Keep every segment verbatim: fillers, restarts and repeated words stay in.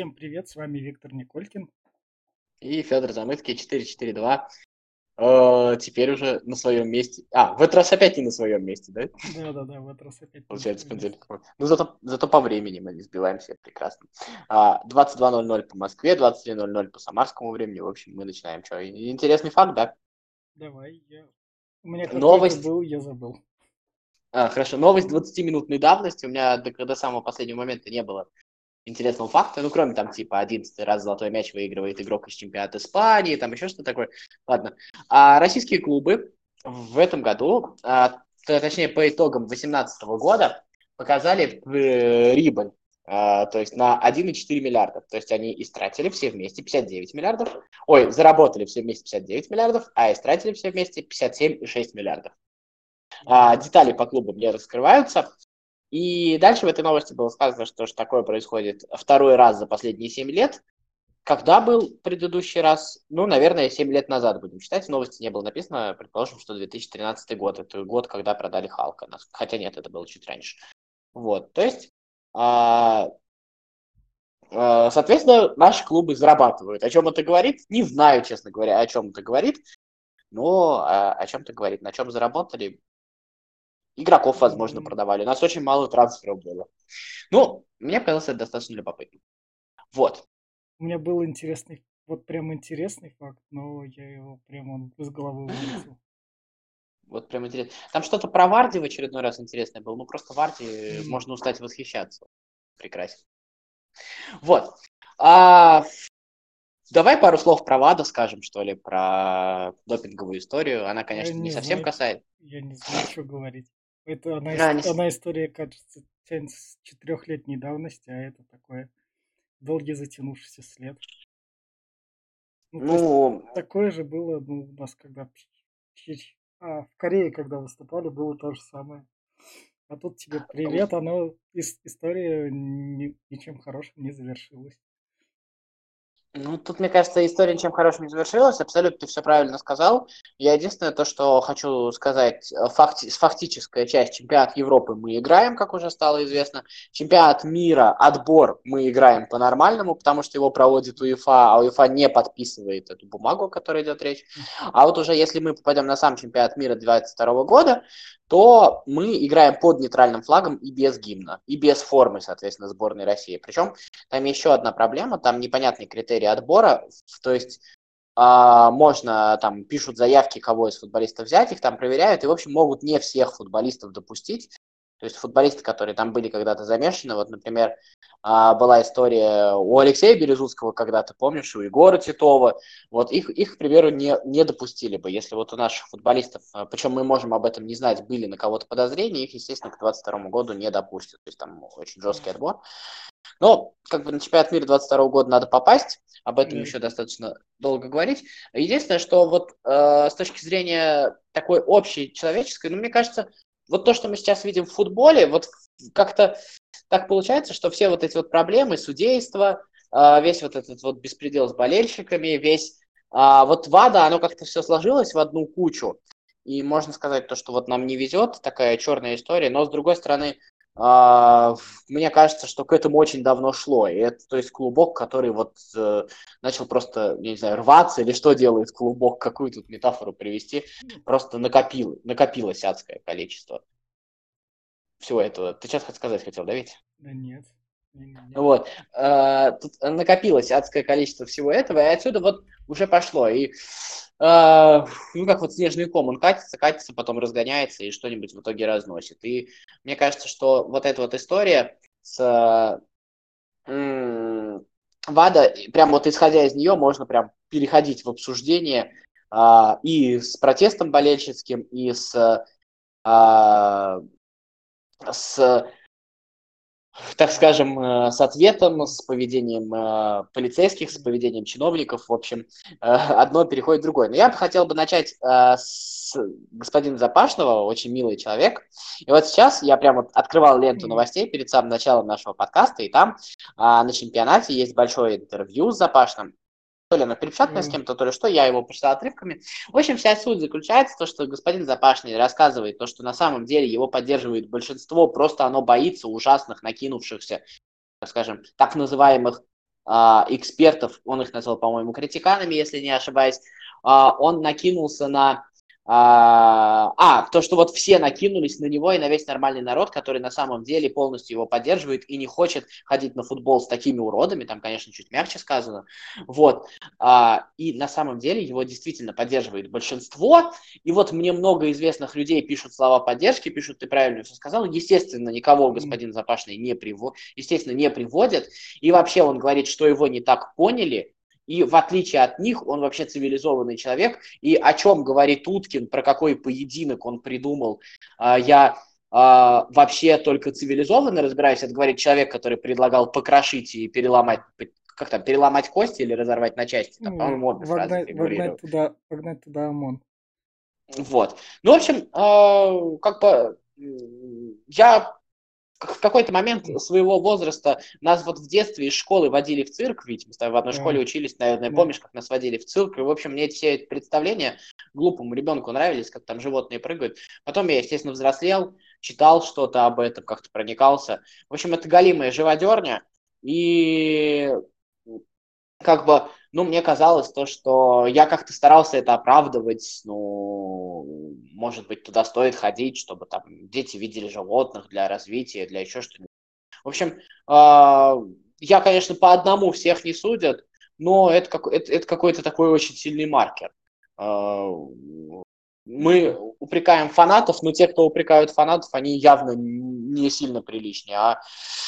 Всем привет, с вами Виктор Николькин. И Федор Замыцкий, четыре четыре два. Э, теперь уже на своем месте. А, в этот раз опять не на своем месте, да? Да-да-да, в этот раз опять не на Получается, своем месте. понедельник. Ну, зато, зато по времени мы не сбиваемся, прекрасно. А, двадцать два ноль ноль по Москве, двадцать три ноль ноль по самарскому времени. В общем, мы начинаем. Что, интересный факт, да? Давай, я... У меня какой-то Новость. был, я забыл. А, хорошо, новость двадцатиминутной давности. У меня до, до самого последнего момента не было интересного факта, ну, кроме там, типа, одиннадцатый раз золотой мяч выигрывает игрок из чемпионата Испании, там еще что-то такое. Ладно. А российские клубы в этом году, а, точнее, по итогам две тысячи восемнадцатого года, показали э, прибыль, а, то есть на один и четыре миллиарда. То есть они истратили все вместе пятьдесят девять миллиардов, ой, заработали все вместе пятьдесят девять миллиардов, а истратили все вместе пятьдесят семь и шесть миллиардов. А, детали по клубам не раскрываются. И дальше в этой новости было сказано, что ж такое происходит второй раз за последние семь лет. Когда был предыдущий раз? Ну, наверное, семь лет назад будем считать. В новости не было написано, предположим, что две тысячи тринадцатый год. Это год, когда продали Халка. Хотя нет, это было чуть раньше. Вот, то есть, а, а, соответственно, наши клубы зарабатывают. О чем это говорит? Не знаю, честно говоря, о чем это говорит. Но а, о чем это говорит? На чем заработали? Игроков, возможно, М, продавали. У нас очень мало трансферов было. Ну, мне показалось это достаточно любопытно. Вот. У меня был интересный, вот прям интересный факт, но я его прям он из головы вылетел. Вот прям интересно. Там что-то про Варди в очередной раз интересное было. Ну, просто Варди М, можно устать восхищаться. Прекрасен. Вот. А, давай пару слов про ВАДА скажем, что ли, про допинговую историю. Она, Я конечно, не не совсем знаю, касается. я не знаю, что говорить. Это она, А, ис- не с- она история, кажется, тянется с четырехлетней давности, а это такое долгий затянувшийся след. Ну, то есть Ну, такое же было, ну, у нас когда в Чеч- а, в Корее, когда выступали, было то же самое. А тут тебе привет, оно ис- история ни- ничем хорошим не завершилась. Ну, тут, мне кажется, история ничем хорошим не завершилась. Абсолютно ты все правильно сказал. Я единственное, то, что хочу сказать, э, факти- фактическая часть чемпионат Европы мы играем, как уже стало известно. Чемпионат мира, отбор мы играем по-нормальному, потому что его проводит УЕФА, а УЕФА не подписывает эту бумагу, о которой идет речь. А вот уже если мы попадем на сам чемпионат мира две тысячи двадцать второго года, то мы играем под нейтральным флагом и без гимна, и без формы, соответственно, сборной России. Причем там еще одна проблема, там непонятные критерии отбора, то есть а, можно, там, пишут заявки, кого из футболистов взять, их там проверяют, и, в общем, могут не всех футболистов допустить. То есть футболисты, которые там были когда-то замешаны, вот, например, а, была история у Алексея Березутского когда-то, помнишь, у Егора Титова, вот их, их к примеру, не, не допустили бы, если вот у наших футболистов, а, причем мы можем об этом не знать, были на кого-то подозрения, их, естественно, к двадцать второму году не допустят, то есть там очень жесткий отбор. Но как бы на чемпионат мира двадцать второго года надо попасть, об этом Э, еще достаточно долго говорить. Единственное, что вот э, с точки зрения такой общей человеческой, ну, мне кажется, вот то, что мы сейчас видим в футболе, вот как-то так получается, что все вот эти вот проблемы, судейство, э, весь вот этот вот беспредел с болельщиками, весь э, вот ВАДА, оно как-то все сложилось в одну кучу. И можно сказать то, что вот нам не везет, такая черная история, но с другой стороны, а, мне кажется, что к этому очень давно шло. И это, то есть, клубок, который вот э, начал просто, я не знаю, рваться или что делает клубок, какую тут метафору привести, просто накопил, накопилось адское количество всего этого. Ты сейчас сказать хотел, да, ведь? Да нет. Не-не-не. Вот. Э, Тут накопилось адское количество всего этого, и отсюда вот уже пошло. И э, ну, как вот снежный ком, он катится, катится, потом разгоняется и что-нибудь в итоге разносит. И мне кажется, что вот эта вот история с м, ВАДА, прям вот исходя из нее, можно прям переходить в обсуждение а, и с протестом болельщицким, и с, а, с так скажем, э, с ответом, с поведением э, полицейских, с поведением чиновников, в общем, э, одно переходит в другое. Но я бы хотел бы начать э, с господина Запашного, очень милый человек. И вот сейчас я прям вот открывал ленту М, новостей перед самым началом нашего подкаста, и там а, на чемпионате есть большое интервью с Запашным, то ли на перепечатанное с э, кем-то, то ли что, я его прочитал отрывками. В общем, вся суть заключается в том, что господин Запашный рассказывает то, что на самом деле его поддерживает большинство, просто оно боится ужасных накинувшихся, так скажем, так называемых а, экспертов, он их назвал, по-моему, критиканами, если не ошибаюсь, а, он накинулся на... А, а, то, что вот все накинулись на него и на весь нормальный народ, который на самом деле полностью его поддерживает и не хочет ходить на футбол с такими уродами, там, конечно, чуть мягче сказано, вот, а, и на самом деле его действительно поддерживает большинство, и вот мне много известных людей пишут слова поддержки, пишут, ты правильно все сказал, естественно, никого господин Запашный не приводит, естественно, не приводит, и вообще он говорит, что его не так поняли. И в отличие от них, он вообще цивилизованный человек. И о чем говорит Уткин, про какой поединок он придумал, я вообще только цивилизованно разбираюсь. Это говорит человек, который предлагал покрошить и переломать, как там, переломать кости или разорвать на части. Там, по-моему, обе фразы фигурируют. Вогнать туда, вогнать туда ОМОН. Вот. Ну, в общем, как бы я... В какой-то момент своего возраста нас вот в детстве из школы водили в цирк, ведь мы с тобой в одной школе учились, наверное, помнишь, как нас водили в цирк, и, в общем, мне все эти представления глупому ребенку нравились, как там животные прыгают. Потом я, естественно, взрослел, читал что-то об этом, как-то проникался. В общем, это галимая живодерня, и как бы, ну, мне казалось то, что я как-то старался это оправдывать, ну, может быть, туда стоит ходить, чтобы там дети видели животных для развития, для еще что-нибудь. В общем, я, конечно, по одному всех не судят, но это, как, это, это какой-то такой очень сильный маркер. Мы упрекаем фанатов, но те, кто упрекают фанатов, они явно не сильно приличнее, а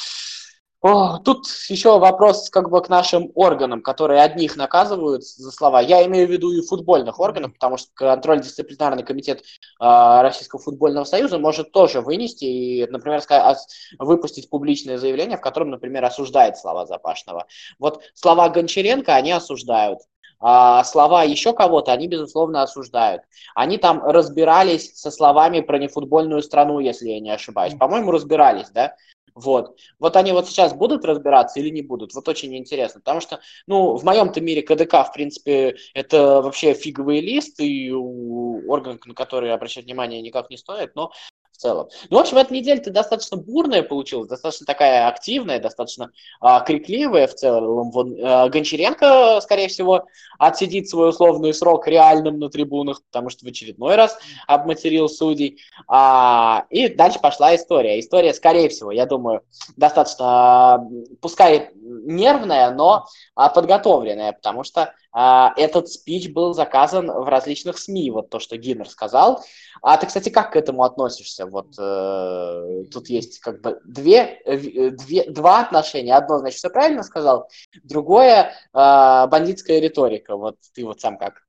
О, тут еще вопрос как бы к нашим органам, которые одних наказывают за слова. Я имею в виду и футбольных органов, потому что контрольно-дисциплинарный комитет э, Российского футбольного союза может тоже вынести и, например, сказать, выпустить публичное заявление, в котором, например, осуждает слова Запашного. Вот слова Гончаренко они осуждают. А слова еще кого-то они, безусловно, осуждают. Они там разбирались со словами про нефутбольную страну, если я не ошибаюсь. По-моему, разбирались, да? Вот. Вот они вот сейчас будут разбираться или не будут? Вот очень интересно, потому что, ну, в моем-то мире КДК, в принципе, это вообще фиговый лист, и орган, на который обращать внимание никак не стоит, но в целом. Ну, в общем, эта неделя-то достаточно бурная получилась, достаточно такая активная, достаточно а, крикливая в целом. Вон, а, Гончаренко, скорее всего, отсидит свой условный срок реальным на трибунах, потому что в очередной раз обматерил судей. А, и дальше пошла история. История, скорее всего, я думаю, достаточно, пускай нервная, но а, подготовленная, потому что а, этот спич был заказан в различных СМИ, вот то, что Гиннер сказал. А ты, кстати, как к этому относишься? Вот э, тут есть как бы две, две, два отношения. Одно, значит, все правильно сказал, другое э, бандитская риторика. Вот ты вот сам как?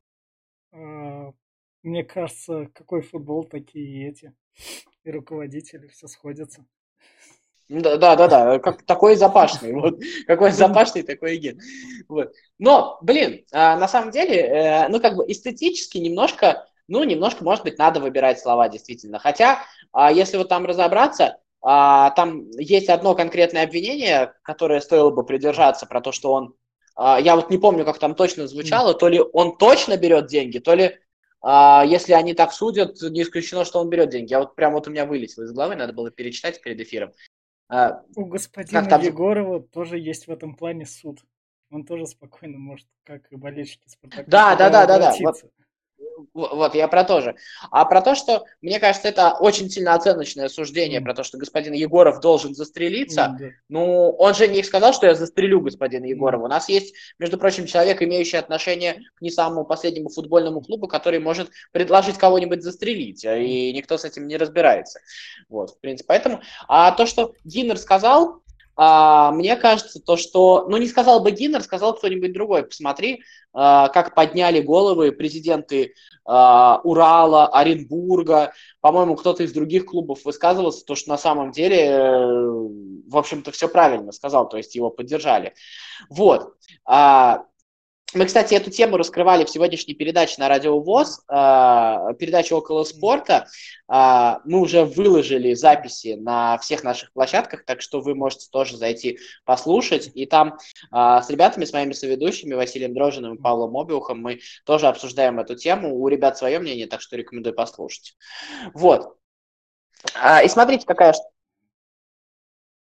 Мне кажется, какой футбол, такие эти и руководители, все сходятся. Да, да, да, да, как такой запашный, вот, какой запашный, такой и ген. Вот. Но, блин, на самом деле, ну, как бы эстетически немножко, ну, немножко, может быть, надо выбирать слова, действительно. Хотя, если вот там разобраться, там есть одно конкретное обвинение, которое стоило бы придержаться, про то, что он, я вот не помню, как там точно звучало, то ли он точно берет деньги, то ли если они так судят, не исключено, что он берет деньги. Я вот прям вот у меня вылетело из головы, надо было перечитать перед эфиром. У господина там... Егорова тоже есть в этом плане суд. Он тоже спокойно может, как и болельщики Спартака, да, да, да, да, да. Вот, вот, я про то же. А про то, что, мне кажется, это очень сильно оценочное суждение, mm. про то, что господин Егоров должен застрелиться. Mm, да. Ну, он же не сказал, что я застрелю господина Егорова. Mm. У нас есть, между прочим, человек, имеющий отношение к не самому последнему футбольному клубу, который может предложить кого-нибудь застрелить, mm. и никто с этим не разбирается. Вот, в принципе, поэтому. А то, что Гиннер сказал, а, мне кажется, то, что... Ну, не сказал бы Гиннер, сказал кто-нибудь другой. Посмотри, а, как подняли головы президенты а, Урала, Оренбурга. По-моему, кто-то из других клубов высказывался, то, что на самом деле, в общем-то, все правильно сказал, то есть его поддержали. Вот. А, мы, кстати, эту тему раскрывали в сегодняшней передаче на Радио ВОС, э, передаче «Около спорта». Э, мы уже выложили записи на всех наших площадках, так что вы можете тоже зайти послушать. И там э, с ребятами, с моими соведущими, Василием Дрожиным и Павлом Обиухом, мы тоже обсуждаем эту тему. У ребят свое мнение, так что рекомендую послушать. Вот. Э, и смотрите, какая...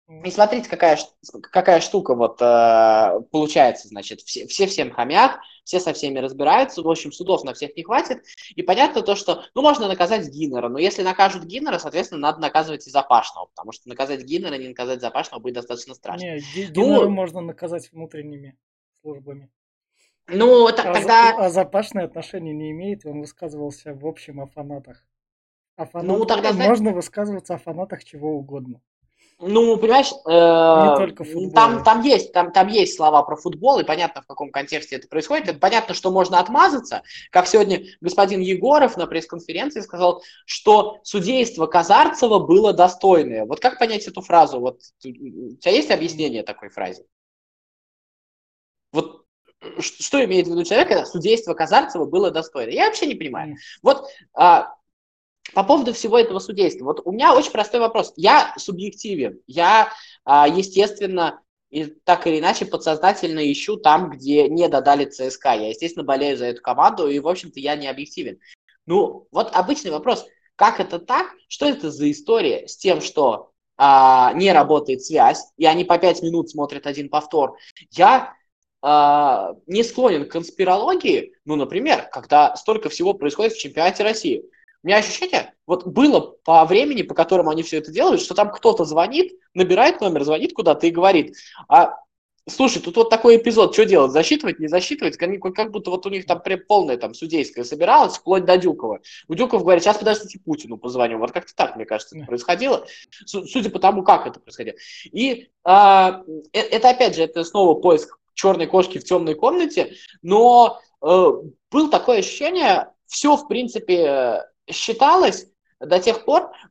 И смотрите, какая, какая штука вот э, получается, значит, все, все всем хамят, все со всеми разбираются, в общем, судов на всех не хватит, и понятно то, что, ну, можно наказать Гиннера, но если накажут Гиннера, соответственно, надо наказывать и Запашного, потому что наказать Гиннера, не наказать Запашного будет достаточно страшно. Не, Гиннера Ну, можно наказать внутренними службами. ну, т- А, тогда, а Запашный отношения не имеет, он высказывался в общем о фанатах. О ну, фанат... тогда, Можно высказываться о фанатах чего угодно. ну, понимаешь, Не только э, там, футбола. там, есть, там, там есть слова про футбол, и понятно, в каком контексте это происходит. Это понятно, что можно отмазаться, как сегодня господин Егоров на пресс-конференции сказал, что судейство Казарцева было достойное. Вот как понять эту фразу? Вот у тебя есть объяснение такой фразе? Вот что имеет в виду человек, когда судейство Казарцева было достойное? Я вообще не понимаю. Вот а, по поводу всего этого судейства. Вот у меня очень простой вопрос. Я субъективен. Я, а, естественно, и так или иначе подсознательно ищу там, где не додали ЦСКА. Я, естественно, болею за эту команду, и, в общем-то, я не объективен. Ну, вот обычный вопрос. Как это так? Что это за история с тем, что а, не работает связь, и они по пять минут смотрят один повтор? Я а, не склонен к конспирологии, ну, например, когда столько всего происходит в чемпионате России. У меня ощущение, вот было по времени, по которому они все это делают, что там кто-то звонит, набирает номер, звонит куда-то и говорит, а, слушай, тут вот такой эпизод, что делать, засчитывать, не засчитывать? Как, как будто вот у них там прям полное там судейское собиралось, вплоть до Дюкова. У Дюков говорит, сейчас подождите, Путину позвоню. Вот как-то так, мне кажется, это происходило, судя по тому, как это происходило. И а, это, опять же, это снова поиск черной кошки в темной комнате, но э, было такое ощущение, все, в принципе, считалось до тех пор, э,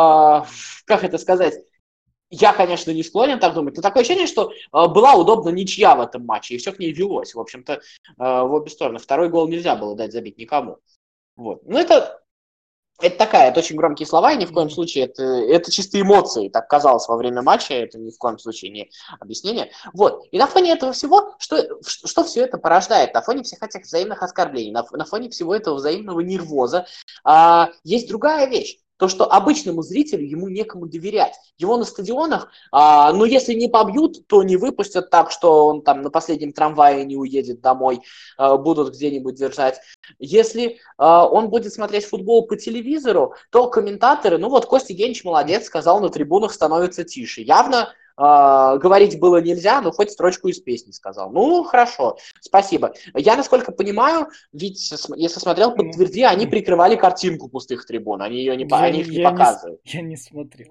как это сказать, я, конечно, не склонен так думать, но такое ощущение, что э, была удобна ничья в этом матче, и все к ней велось, в общем-то, э, в обе стороны. Второй гол нельзя было дать забить никому. Вот. Ну, это, это такая, это очень громкие слова, и ни в коем случае это, это чистые эмоции, так казалось во время матча, это ни в коем случае не объяснение. Вот. И на фоне этого всего, что, что все это порождает? На фоне всех этих взаимных оскорблений, на, на фоне всего этого взаимного нервоза, а, есть другая вещь. То, что обычному зрителю ему некому доверять. Его на стадионах, а, ну, если не побьют, то не выпустят так, что он там на последнем трамвае не уедет домой, а, будут где-нибудь держать. Если а, он будет смотреть футбол по телевизору, то комментаторы, ну вот Костя Генич молодец, сказал, на трибунах становится тише. Явно Uh, говорить было нельзя, но хоть строчку из песни сказал. Ну, хорошо, спасибо. Я, насколько понимаю, ведь, если смотрел, подтверди, они прикрывали картинку пустых трибун, они, ее не, Я, они их не я показывают. Не, я не смотрел.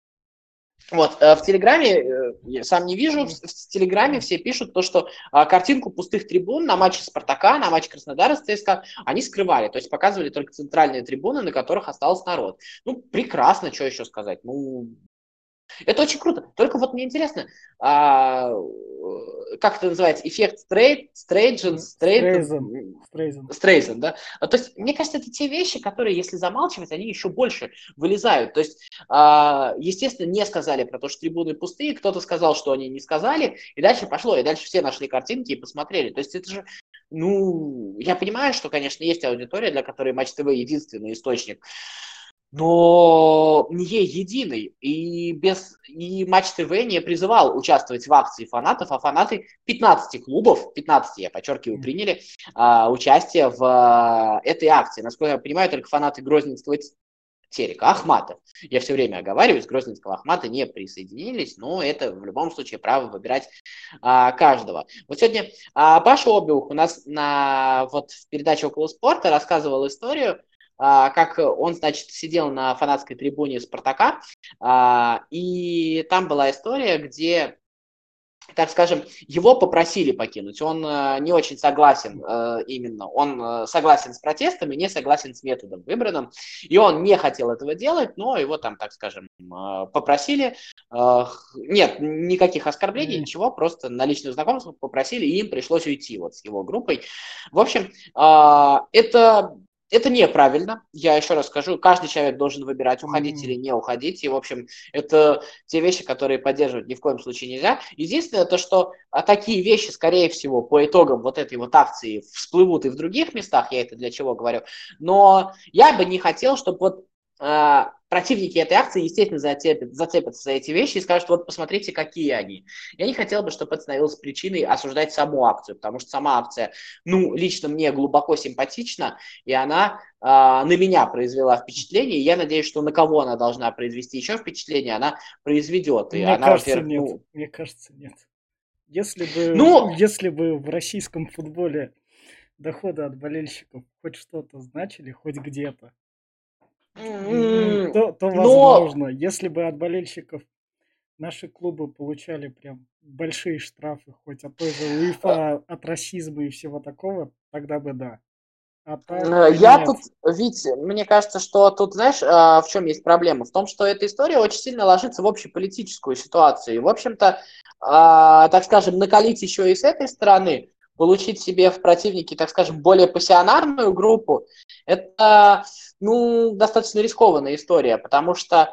Вот, в Телеграме, я сам не вижу, в, в Телеграме все пишут то, что а, картинку пустых трибун на матче Спартака, на матче Краснодара с ЦСКА они скрывали, то есть показывали только центральные трибуны, на которых остался народ. Ну, прекрасно, что еще сказать. Ну, это очень круто. Только вот мне интересно, а, как это называется, эффект стрейт, стрейджен, Стрейзен. Стрейзен, да? То есть, мне кажется, это те вещи, которые, если замалчивать, они еще больше вылезают. То есть, а, естественно, не сказали про то, что трибуны пустые, кто-то сказал, что они не сказали, и дальше пошло, и дальше все нашли картинки и посмотрели. То есть, это же, ну, я понимаю, что, конечно, есть аудитория, для которой Матч ТВ единственный источник, но не единый, и, без, и Матч ТВ не призывал участвовать в акции фанатов, а фанаты пятнадцати клубов, пятнадцати, я подчеркиваю, приняли а, участие в а, этой акции. Насколько я понимаю, только фанаты Грозненского Терека, Ахмата. Я все время оговариваюсь, Грозненского Ахмата не присоединились, но это в любом случае право выбирать а, каждого. Вот сегодня а, Паша Обиух у нас на, вот, в передаче «Около спорта» рассказывал историю, как он, значит, сидел на фанатской трибуне Спартака, и там была история, где, так скажем, его попросили покинуть. Он не очень согласен именно, он согласен с протестами, не согласен с методом выбранным, и он не хотел этого делать, но его там, так скажем, попросили. Нет, никаких оскорблений, ничего, просто на личных знакомствах попросили, и им пришлось уйти вот с его группой. В общем, это... Это неправильно, я еще раз скажу, каждый человек должен выбирать, уходить mm-hmm. или не уходить, и, в общем, это те вещи, которые поддерживать ни в коем случае нельзя. Единственное, то, что а, такие вещи, скорее всего, по итогам вот этой вот акции всплывут и в других местах, я это для чего говорю, но я бы не хотел, чтобы вот а, противники этой акции, естественно, зацепят, зацепятся за эти вещи и скажут, вот посмотрите, какие они. Я не хотел бы, чтобы это становилось причиной осуждать саму акцию, потому что сама акция, ну, лично мне глубоко симпатична, и она а, на меня произвела впечатление, и я надеюсь, что на кого она должна произвести еще впечатление, она произведет. И Мне она, кажется, во-первых, нет. ну, Мне кажется, нет. Если бы, ну, если бы в российском футболе доходы от болельщиков хоть что-то значили, хоть где-то, м, м, то, то но возможно. Если бы от болельщиков наши клубы получали прям большие штрафы, хоть от той же УЕФА, от расизма и всего такого, тогда бы да. А так Э, Я нет. тут, Вить, мне кажется, что тут, знаешь, а, в чем есть проблема? В том, что эта история очень сильно ложится в общеполитическую ситуацию. И, в общем-то, а, так скажем, накалить еще и с этой стороны, получить себе в противнике, так скажем, более пассионарную группу, это, ну, достаточно рискованная история, потому что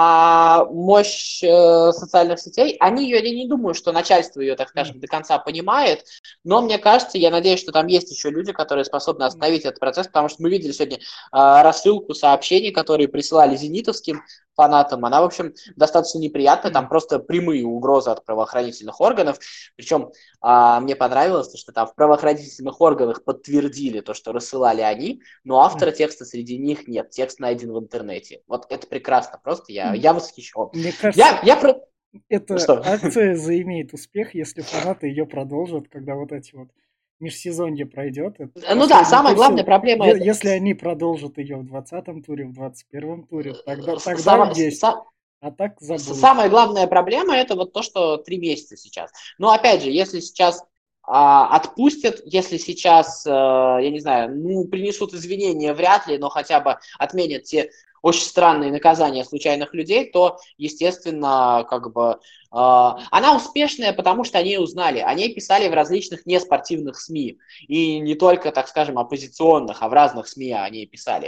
а, мощь э, социальных сетей, они ее, я не думаю, что начальство ее, так М, скажем, до конца понимает, но мне кажется, я надеюсь, что там есть еще люди, которые способны м, остановить этот процесс, потому что мы видели сегодня а, рассылку сообщений, которые присылали зенитовским фанатам. Она, в общем, достаточно неприятная, там м. просто прямые угрозы от правоохранительных органов. Причем а, мне понравилось, то, что там в правоохранительных органах подтвердили то, что рассылали они, но автора текста среди них нет. Текст найден в интернете. Вот это прекрасно, просто я, М. я восхищен. Мне Я, кажется, я про... эта Что? акция заимеет успех, если фанаты ее продолжат, когда вот эти вот межсезонье пройдет, этот Ну да, последний самая тур. главная всё- проблема е- это... Если они продолжат ее в двадцатом туре, в двадцать первом туре, тогда, тогда Самое, есть. А так забудут. Самая главная проблема это вот то, что три месяца сейчас. Но опять же, если сейчас а, отпустят, если сейчас, а, я не знаю, ну, принесут извинения, вряд ли, но хотя бы отменят те очень странные наказания случайных людей, то, естественно, как бы а, она успешная, потому что они узнали. О ней писали в различных неспортивных СМИ. И не только, так скажем, оппозиционных, а в разных СМИ о ней писали.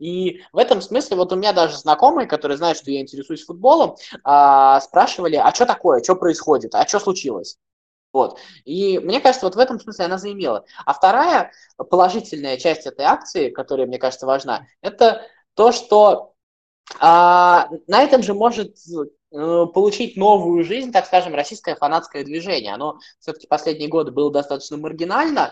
И в этом смысле вот у меня даже знакомые, которые знают, что я интересуюсь футболом, а, спрашивали, а что такое, что происходит, а что случилось? Вот. И мне кажется, вот в этом смысле она заимела. А вторая положительная часть этой акции, которая, мне кажется, важна, это то, что а, на этом же может э, получить новую жизнь, так скажем, российское фанатское движение. Оно все-таки последние годы было достаточно маргинально,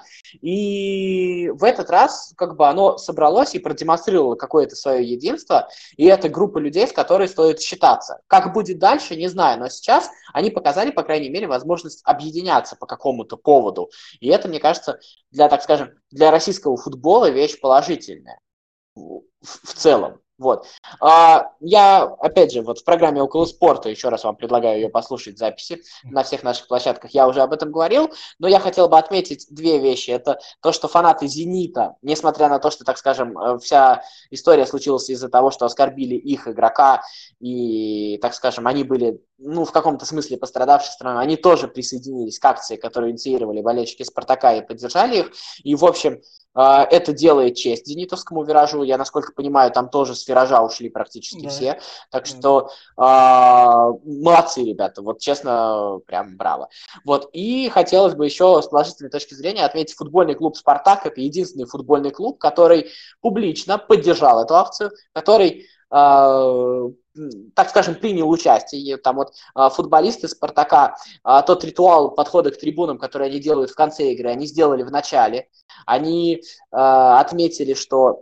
и в этот раз как бы оно собралось и продемонстрировало какое-то свое единство, и это группа людей, с которой стоит считаться. Как будет дальше, не знаю, но сейчас они показали, по крайней мере, возможность объединяться по какому-то поводу. И это, мне кажется, для, так скажем, для российского футбола вещь положительная в, в целом. Вот. А, я, опять же, вот в программе «Около спорта», еще раз вам предлагаю ее послушать, записи на всех наших площадках, я уже об этом говорил, но я хотел бы отметить две вещи. Это то, что фанаты «Зенита», несмотря на то, что, так скажем, э, вся история случилась из-за того, что оскорбили их игрока, и, так скажем, они были, ну, в каком-то смысле пострадавшей стороной, они тоже присоединились к акции, которую инициировали болельщики «Спартака» и поддержали их. И, в общем, это делает честь зенитовскому виражу. Я, насколько понимаю, там тоже с виража ушли практически Да, все. Так да. что э, молодцы, ребята. Вот честно, прям браво. Вот. И хотелось бы еще с положительной точки зрения отметить футбольный клуб «Спартак». Это единственный футбольный клуб, который публично поддержал эту акцию, который э, так скажем, принял участие. Там вот э, футболисты «Спартака», э, тот ритуал подхода к трибунам, который они делают в конце игры, они сделали в начале. Они э, отметили, что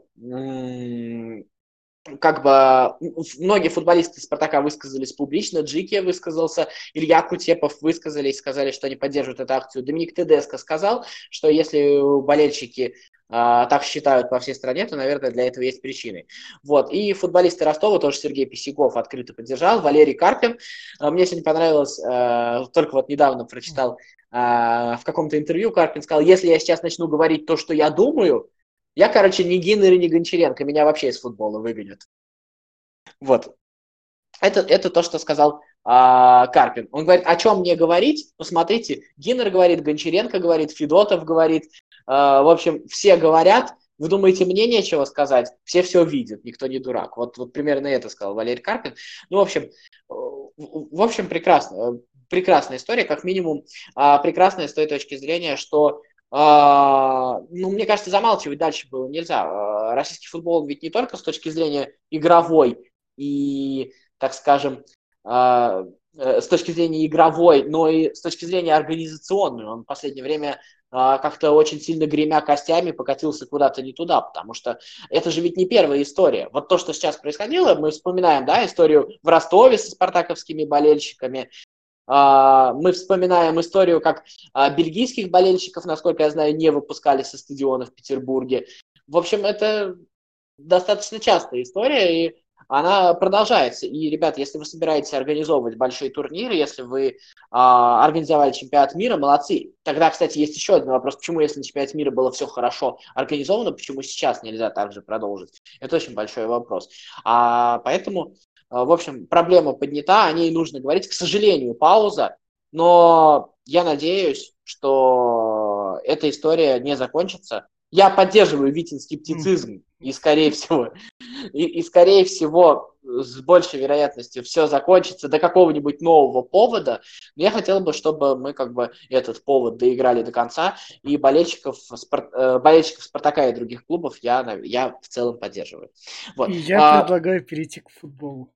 м- как бы многие футболисты Спартака высказались публично, Джики высказался, Илья Кутепов высказались, сказали, что они поддерживают эту акцию. Доминик Тедеско сказал, что если болельщики а, так считают по всей стране, то, наверное, для этого есть причины. Вот. И футболисты Ростова, тоже Сергей Писяков открыто поддержал, Валерий Карпин. А, мне сегодня понравилось, а, только вот недавно прочитал а, в каком-то интервью, Карпин сказал, если я сейчас начну говорить то, что я думаю, я, короче, не Гиннер и не Гончаренко, меня вообще из футбола выгонят. Вот. Это, это то, что сказал а, Карпин. Он говорит, о чем мне говорить? Посмотрите, Гиннер говорит, Гончаренко говорит, Федотов говорит. А, в общем, все говорят. Вы думаете, мне нечего сказать? Все все видят, никто не дурак. Вот, вот примерно это сказал Валерий Карпин. Ну, в общем, в общем, прекрасно. Прекрасная история, как минимум, а, прекрасная с той точки зрения, что А, ну, мне кажется, замалчивать дальше было нельзя. А, Российский футбол ведь не только с точки зрения игровой и, так скажем, а, э, с точки зрения игровой, но и с точки зрения организационной. Он в последнее время а, как-то очень сильно гремя костями покатился куда-то не туда, потому что это же ведь не первая история. Вот то, что сейчас происходило, мы вспоминаем, да, историю в Ростове со спартаковскими болельщиками. А, Мы вспоминаем историю, как а, бельгийских болельщиков, насколько я знаю, не выпускали со стадиона в Петербурге. В общем, это достаточно частая история, и она продолжается. И, ребят, если вы собираетесь организовывать большие турниры, если вы а, организовали чемпионат мира, молодцы. Тогда, кстати, есть еще один вопрос. Почему, если на чемпионате мира было все хорошо организовано, почему сейчас нельзя также продолжить? Это очень большой вопрос. А, поэтому в общем, проблема поднята, о ней нужно говорить. К сожалению, пауза, но я надеюсь, что эта история не закончится. Я поддерживаю Витин скептицизм, и скорее всего, и, и скорее всего, с большей вероятностью все закончится до какого-нибудь нового повода. Но я хотел бы, чтобы мы как бы этот повод доиграли до конца, и болельщиков, спар... э, болельщиков Спартака и других клубов я, я в целом поддерживаю. И Вот. я А, предлагаю перейти к футболу.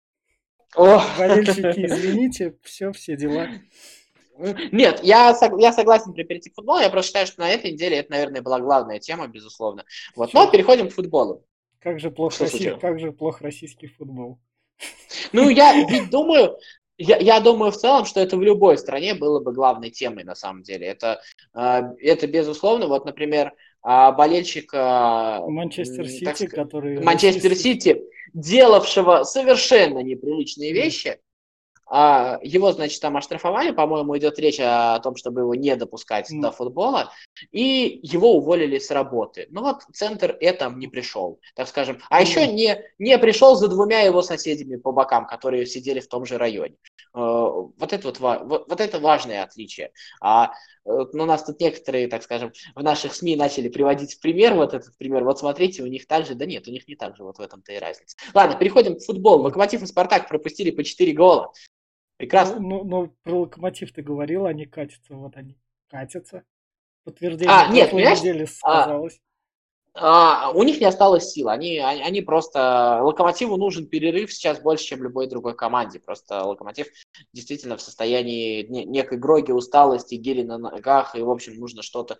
о, Болельщики, извините, все, все дела. Нет, я, сог- я согласен при перейти к футболу, я просто считаю, что на этой неделе это, наверное, была главная тема, безусловно. Вот. Но Чё, переходим к футболу. как же плох Что Росси... случилось? как же плох российский футбол. Ну, я ведь думаю, я, я думаю в целом, что это в любой стране было бы главной темой на самом деле. Это, э, это безусловно, вот, например, а, болельщик, а, Манчестер м, так Сити, сказать, который Манчестер российский... Сити, делавшего совершенно неприличные М, вещи. А, Его, значит, там оштрафовали, по-моему, идет речь о том, чтобы его не допускать до м, футбола, и его уволили с работы. Ну вот центр это не пришел, так скажем. А еще ну, не, не пришел за двумя его соседями по бокам, которые сидели в том же районе. Э, Вот это, вот, ва- вот, вот это важное отличие. А э, ну, у нас тут некоторые, так скажем, в наших СМИ начали приводить в пример вот этот пример. Вот смотрите, у них так же, да нет, у них не так же, вот в этом-то и разница. Ладно, переходим к футболу. м. Локомотив и Спартак пропустили по четыре гола. Ну, Прекрасно. ну, ну, про Локомотив ты говорил, они катятся, вот они катятся. Подтверждение А, нет, прошлой понимаешь, недели а, сказалось. а, у них не осталось сил. Они, они, они просто... Локомотиву нужен перерыв сейчас больше, чем любой другой команде. Просто Локомотив действительно в состоянии не- некой гроги, усталости, гири на ногах, и, в общем, нужно что-то...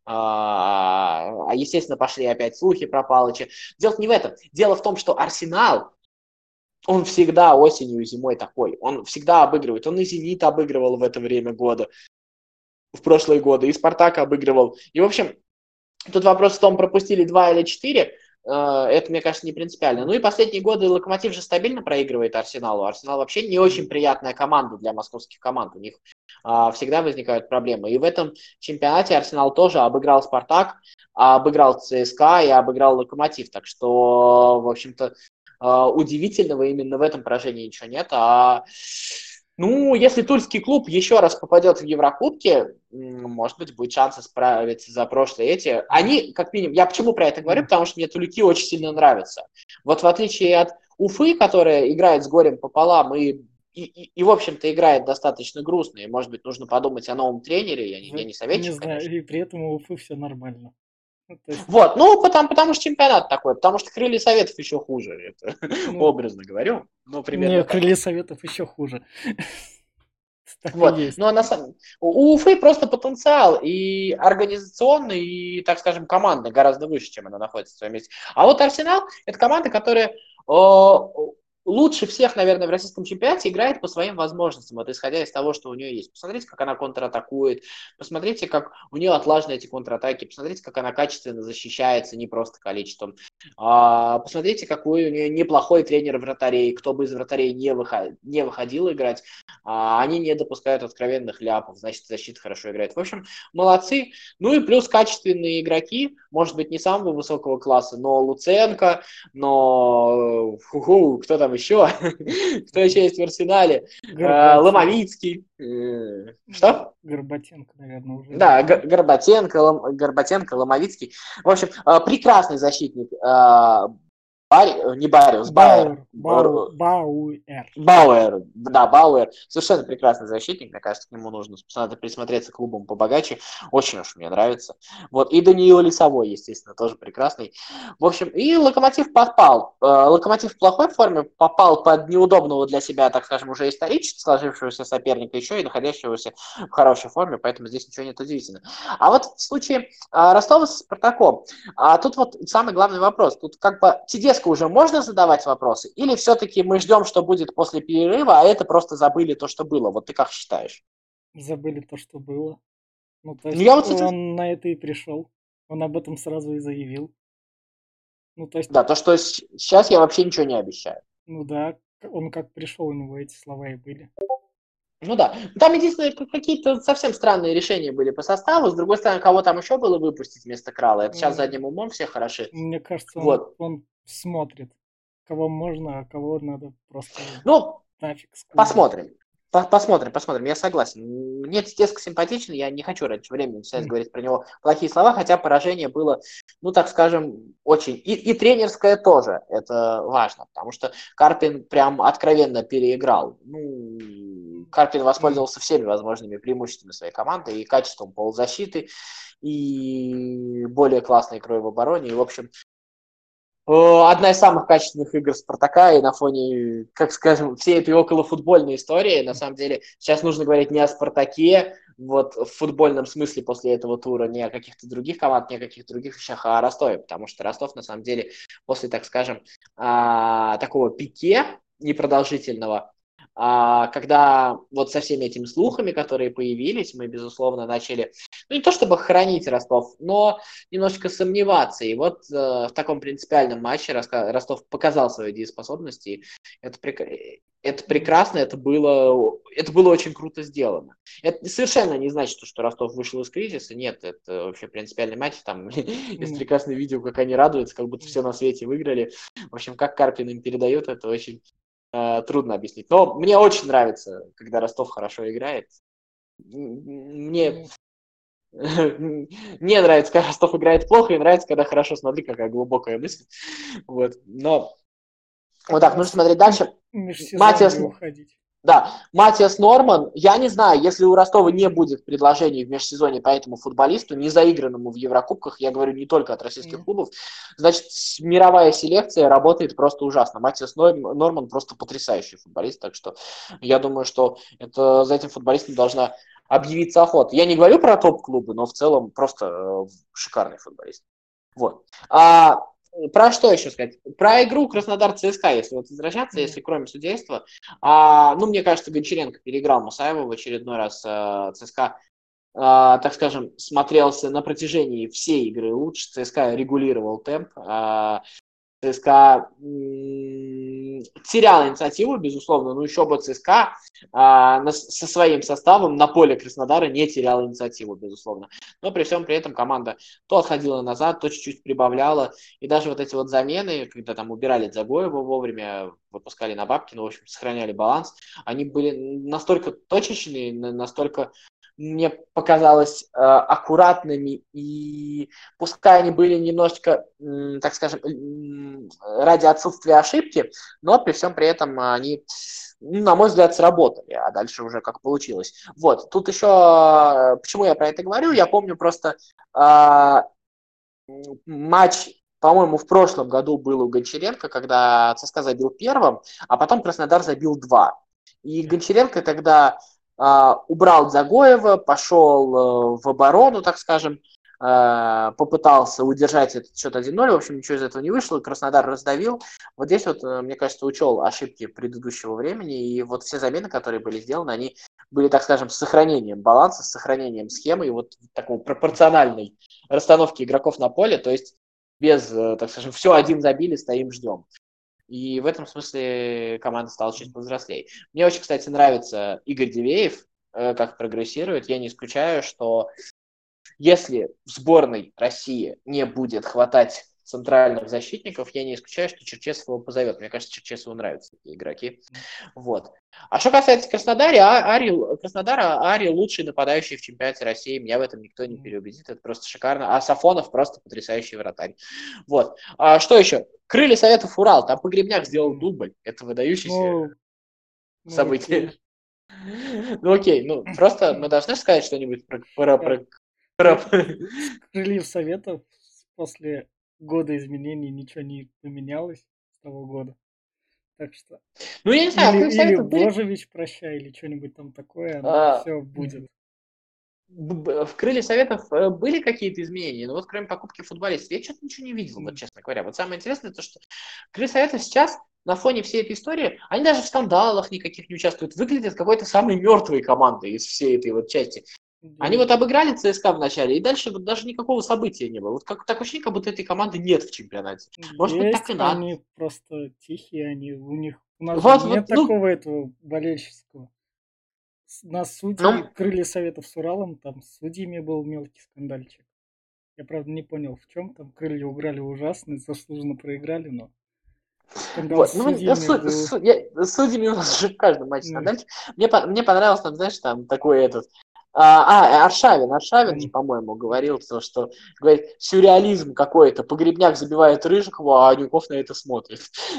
А, а, естественно, пошли опять слухи про Палыча. Дело не в этом. Дело в том, что Арсенал, он всегда осенью и зимой такой. Он всегда обыгрывает. Он и «Зенит» обыгрывал в это время года, в прошлые годы, и «Спартак» обыгрывал. И, в общем, тут вопрос в том, пропустили два или четыре. Это, мне кажется, не принципиально. Ну и последние годы Локомотив же стабильно проигрывает Арсеналу. Арсенал вообще не очень приятная команда для московских команд. У них а, всегда возникают проблемы. И в этом чемпионате Арсенал тоже обыграл Спартак, обыграл ЦСКА и обыграл Локомотив. Так что, в общем-то, а, удивительного именно в этом поражении ничего нет. А ну, если тульский клуб еще раз попадет в Еврокубки, может быть, будет шанс справиться за прошлые эти. Они, как минимум, я почему про это говорю, М. потому что мне тулики очень сильно нравятся. Вот в отличие от Уфы, которая играет с горем пополам и, и, и, и в общем-то, играет достаточно грустно, и, может быть, нужно подумать о новом тренере, я не, я За- не Не советчик, знаю, конечно. и при этом у Уфы все нормально. Ну, то есть, Вот, ну, потому, потому что чемпионат такой, потому что крылья Советов еще хуже, это ну, образно говорю, ну, не, примерно так. крылья Советов еще хуже. Так и Вот. есть. Но на самом... у Уфы просто потенциал и организационный, и, так скажем, командный гораздо выше, чем она находится в своем месте. А вот Арсенал – это команда, которая о, лучше всех, наверное, в российском чемпионате играет по своим возможностям, вот исходя из того, что у нее есть. Посмотрите, как она контратакует, посмотрите, как у нее отлажены эти контратаки, посмотрите, как она качественно защищается, не просто количеством. А, посмотрите, какой у нее неплохой тренер вратарей, кто бы из вратарей не, выход... не выходил играть, а, они не допускают откровенных ляпов, значит, защита хорошо играет. В общем, молодцы. Ну и плюс качественные игроки, может быть, не самого высокого класса, но Луценко, но ху-ху, кто там еще? Кто еще есть в Арсенале? Э, Горбатенко. Ломовицкий. Э, Что? Горбатенко, наверное, уже Да, нет. Г- Горбатенко, Лом- Горбатенко, Ломовицкий. В общем, э, прекрасный защитник. Э, Бари- не Бариус, Байер. Бауэр, Бау, Бауэр. Бауэр, да, Бауэр, совершенно прекрасный защитник, мне кажется, к нему нужно надо присмотреться к клубам побогаче, очень уж мне нравится. Вот, и Даниил Лисовой, естественно, тоже прекрасный. В общем, и Локомотив попал, э, Локомотив в плохой форме попал под неудобного для себя, так скажем, уже исторически сложившегося соперника, еще и находящегося в хорошей форме, поэтому здесь ничего нет удивительного. А вот в случае э, Ростова с Спартаком, а тут вот самый главный вопрос, тут как бы Тедеско уже можно задавать вопросы, или все-таки мы ждем, что будет после перерыва, а это просто забыли то, что было. Вот ты как считаешь? Забыли то, что было. Ну, то Ну, есть я вот, кстати, он на это и пришел. Он об этом сразу и заявил. Ну, то есть, да, то, что с- сейчас я вообще ничего не обещаю. ну да, к- он как пришел, у него эти слова и были. Ну да. Там единственное, к- какие-то совсем странные решения были по составу. С другой стороны, кого там еще было выпустить вместо Крала? Это сейчас М, задним умом все хороши. Мне кажется, он, Вот. он смотрит, кого можно, а кого надо просто Ну, нафиг с клуба. посмотрим. По- Посмотрим, посмотрим, я согласен. Мне Тедеско симпатичен, я не хочу раньше времени сейчас М, говорить про него плохие слова, хотя поражение было, ну, так скажем, очень... И, и тренерское тоже, это важно, потому что Карпин прям откровенно переиграл. Ну, Карпин м, воспользовался всеми возможными преимуществами своей команды, и качеством полузащиты, и более классной игрой в обороне, и, в общем, Э, одна из самых качественных игр Спартака, и на фоне, как скажем, всей этой околофутбольной истории, на самом деле, сейчас нужно говорить не о Спартаке, вот в футбольном смысле после этого тура, не о каких-то других командах, не о каких-то других вещах, а о Ростове, потому что Ростов, на самом деле, после, так скажем, а, такого пике непродолжительного, а, когда вот со всеми этими слухами, которые появились, мы, безусловно, начали, ну, не то чтобы хранить Ростов, но немножечко сомневаться. И вот э, в таком принципиальном матче Роска- Ростов показал свою дееспособность, и это, прек- это м, прекрасно, это было, это было очень круто сделано. Это совершенно не значит, что Ростов вышел из кризиса, нет, это вообще принципиальный матч, там есть м, прекрасное видео, как они радуются, как будто м. все на свете выиграли. В общем, как Карпин им передает, это очень э, трудно объяснить. Но мне очень нравится, когда Ростов хорошо играет. Мне Ну, Мне нравится, когда Ростов играет плохо, и нравится, когда хорошо. Смотри, какая глубокая мысль. Вот. Но вот как так, нужно раз смотреть м- дальше. Матиас, межсезонье уходить. да, Матиас Норман, я не знаю, если у Ростова не будет предложений в межсезонье по этому футболисту, не заигранному в Еврокубках, я говорю не только от российских М, клубов, значит, мировая селекция работает просто ужасно. Матиас Норман просто потрясающий футболист, так что я думаю, что это, за этим футболистом должна объявиться охота. Я не говорю про топ-клубы, но в целом просто э, шикарный футболист. Вот. А про что еще сказать? Про игру Краснодар-ЦСКА, если вот возвращаться, м. если кроме судейства. А, ну, мне кажется, Гончаренко переиграл Мусаева в очередной раз. А, ЦСКА, а, так скажем, смотрелся на протяжении всей игры лучше. ЦСКА регулировал темп. А, ЦСКА м, терял инициативу, безусловно, но еще бы ЦСКА а, на- со своим составом на поле Краснодара не терял инициативу, безусловно. Но при всем при этом команда то отходила назад, то чуть-чуть прибавляла. И даже вот эти вот замены, когда там убирали Дзагоева вовремя, выпускали на бабки, ну, в общем, сохраняли баланс, они были настолько точечные, на- настолько мне показалось э, аккуратными, и пускай они были немножечко, м, так скажем, м, ради отсутствия ошибки, но при всем при этом они, ну, на мой взгляд, сработали, а дальше уже как получилось. Вот, тут еще, э, почему я про это говорю, я помню просто э, матч, по-моему, в прошлом году был у Гончаренко, когда ЦСКА забил первым, а потом Краснодар забил два. И Гончаренко тогда э, убрал Дзагоева, пошел э, в оборону, так скажем, э, попытался удержать этот счет один ноль, в общем, ничего из этого не вышло, Краснодар раздавил. Вот здесь вот, э, мне кажется, учел ошибки предыдущего времени, и вот все замены, которые были сделаны, они были, так скажем, с сохранением баланса, с сохранением схемы и вот такой пропорциональной расстановки игроков на поле, то есть без, э, так скажем, все один забили, стоим, ждем. И в этом смысле команда стала чуть повзрослее. Мне очень, кстати, нравится Игорь Дивеев, э, как прогрессирует. Я не исключаю, что если в сборной России не будет хватать центральных защитников, я не исключаю, что Черчесов его позовет. Мне кажется, Черчесову нравятся такие игроки. Вот. А что касается Краснодара, Ари, Краснодара, Ари лучший нападающий в чемпионате России. Меня в этом никто не переубедит. Это просто шикарно. А Сафонов просто потрясающий вратарь. Вот. А что еще? Крылья Советов Урал. Там Погребняк сделал дубль. Это выдающееся Ну, ну событие. окей. Ну окей, ну просто мы должны сказать что-нибудь про... про, про, про... С Крыльев Советов после года изменений ничего не поменялось с того года. Так что Ну, я не знаю, или, Крылья или Советов были... Божевич прощай, или что-нибудь там такое, оно а, все будет. б- б- В Крылья Советов э, были какие-то изменения, но вот кроме покупки футболистов, я что-то ничего не видел, вот М. честно говоря. Вот самое интересное, то, что Крылья Советов сейчас на фоне всей этой истории, они даже в скандалах никаких не участвуют, выглядят какой-то самой мертвой командой из всей этой вот части. Они вот Да. обыграли ЦСКА в начале, и дальше вот даже никакого события не было. Вот как, так ощущение, как будто этой команды нет в чемпионате. Может быть, так Есть, и надо. они просто тихие, они у них у нас же Вот, нет вот, ну, такого этого болельческого. С- На судьи ну, Крылья Советов с Уралом, там с судьями был мелкий скандальчик. Я правда не понял в чем там. Крылья уграли ужасно, заслуженно проиграли, но скандал вот, с ну, э, судьями су- был. су- я- с судьями у нас же в каждом матче Ну, скандальчик. Мне, по- мне понравилось там, знаешь, там такой этот... А, а, Аршавин, Аршавин же, м, по-моему, говорил, то, что, говорит, сюрреализм какой-то, Погребняк забивает Рыжикову, а Анюков на это смотрит.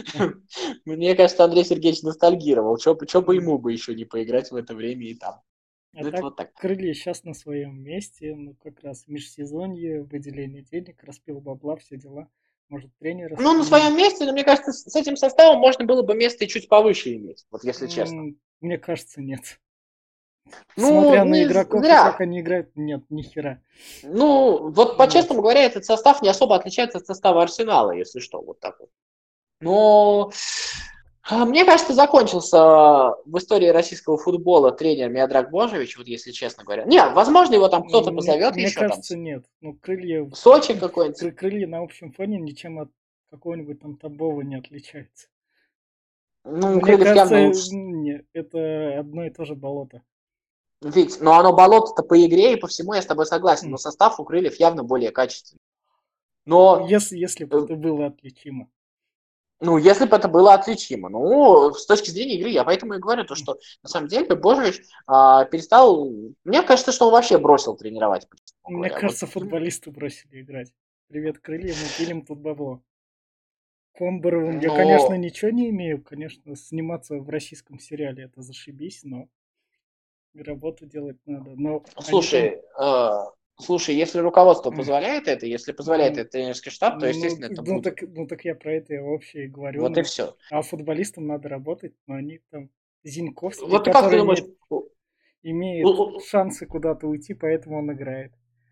Мне кажется, Андрей Сергеевич ностальгировал, что бы м. ему бы еще не поиграть в это время и там. А Ну, это так вот так. Крылья сейчас на своем месте, ну как раз межсезонье, выделение денег, распил бабла, все дела. Может тренера Ну, на сменить. своем месте, но мне кажется, с с этим составом можно было бы место и чуть повыше иметь, вот если честно. М, Мне кажется, нет. Ну, Смотря на не игроков и как зря. они играют, нет, ни хера. Ну, вот Вот. по-честному говоря, этот состав не особо отличается от состава Арсенала, если что, вот так вот. Но а, мне кажется, закончился в истории российского футбола тренер Миодраг Божевич, вот если честно говоря. Нет, возможно, его там кто-то Мне, позовет мне еще там. кажется, нет. Ну, крылья, Сочи какой-нибудь. кры- крылья на общем фоне ничем от какого-нибудь там Тамбова не отличаются. Ну, Мне Крыльев кажется, явно э, лучше. не, это одно и то же болото. Ведь, но оно болото-то по игре и по всему, я с тобой согласен, М. но состав у Крыльев явно более качественный. Но Если, если бы э, это было отличимо. ну, если бы это было отличимо. Ну, с точки зрения игры, я поэтому и говорю, то, что на самом деле Божевич а, перестал... Мне кажется, что он вообще бросил тренировать, по честному Мне говоря. Вот. кажется, футболисты бросили играть. Привет, крылья, мы пилим тут бабло. Комборовым я, конечно, Но, ничего не имею. Конечно, сниматься в российском сериале это зашибись, но работу делать надо. Но они там, слушай, э, слушай, если руководство м, позволяет это, если позволяет ну, это тренерский штаб, то, ну, естественно, это ну, будет. так, ну так я про это я вообще и говорю. Вот и Ну, все. а футболистам надо работать, но они там Зиньковский, Вот ты как ты который думаешь, имеет, у- имеет у- шансы куда-то уйти, поэтому он играет.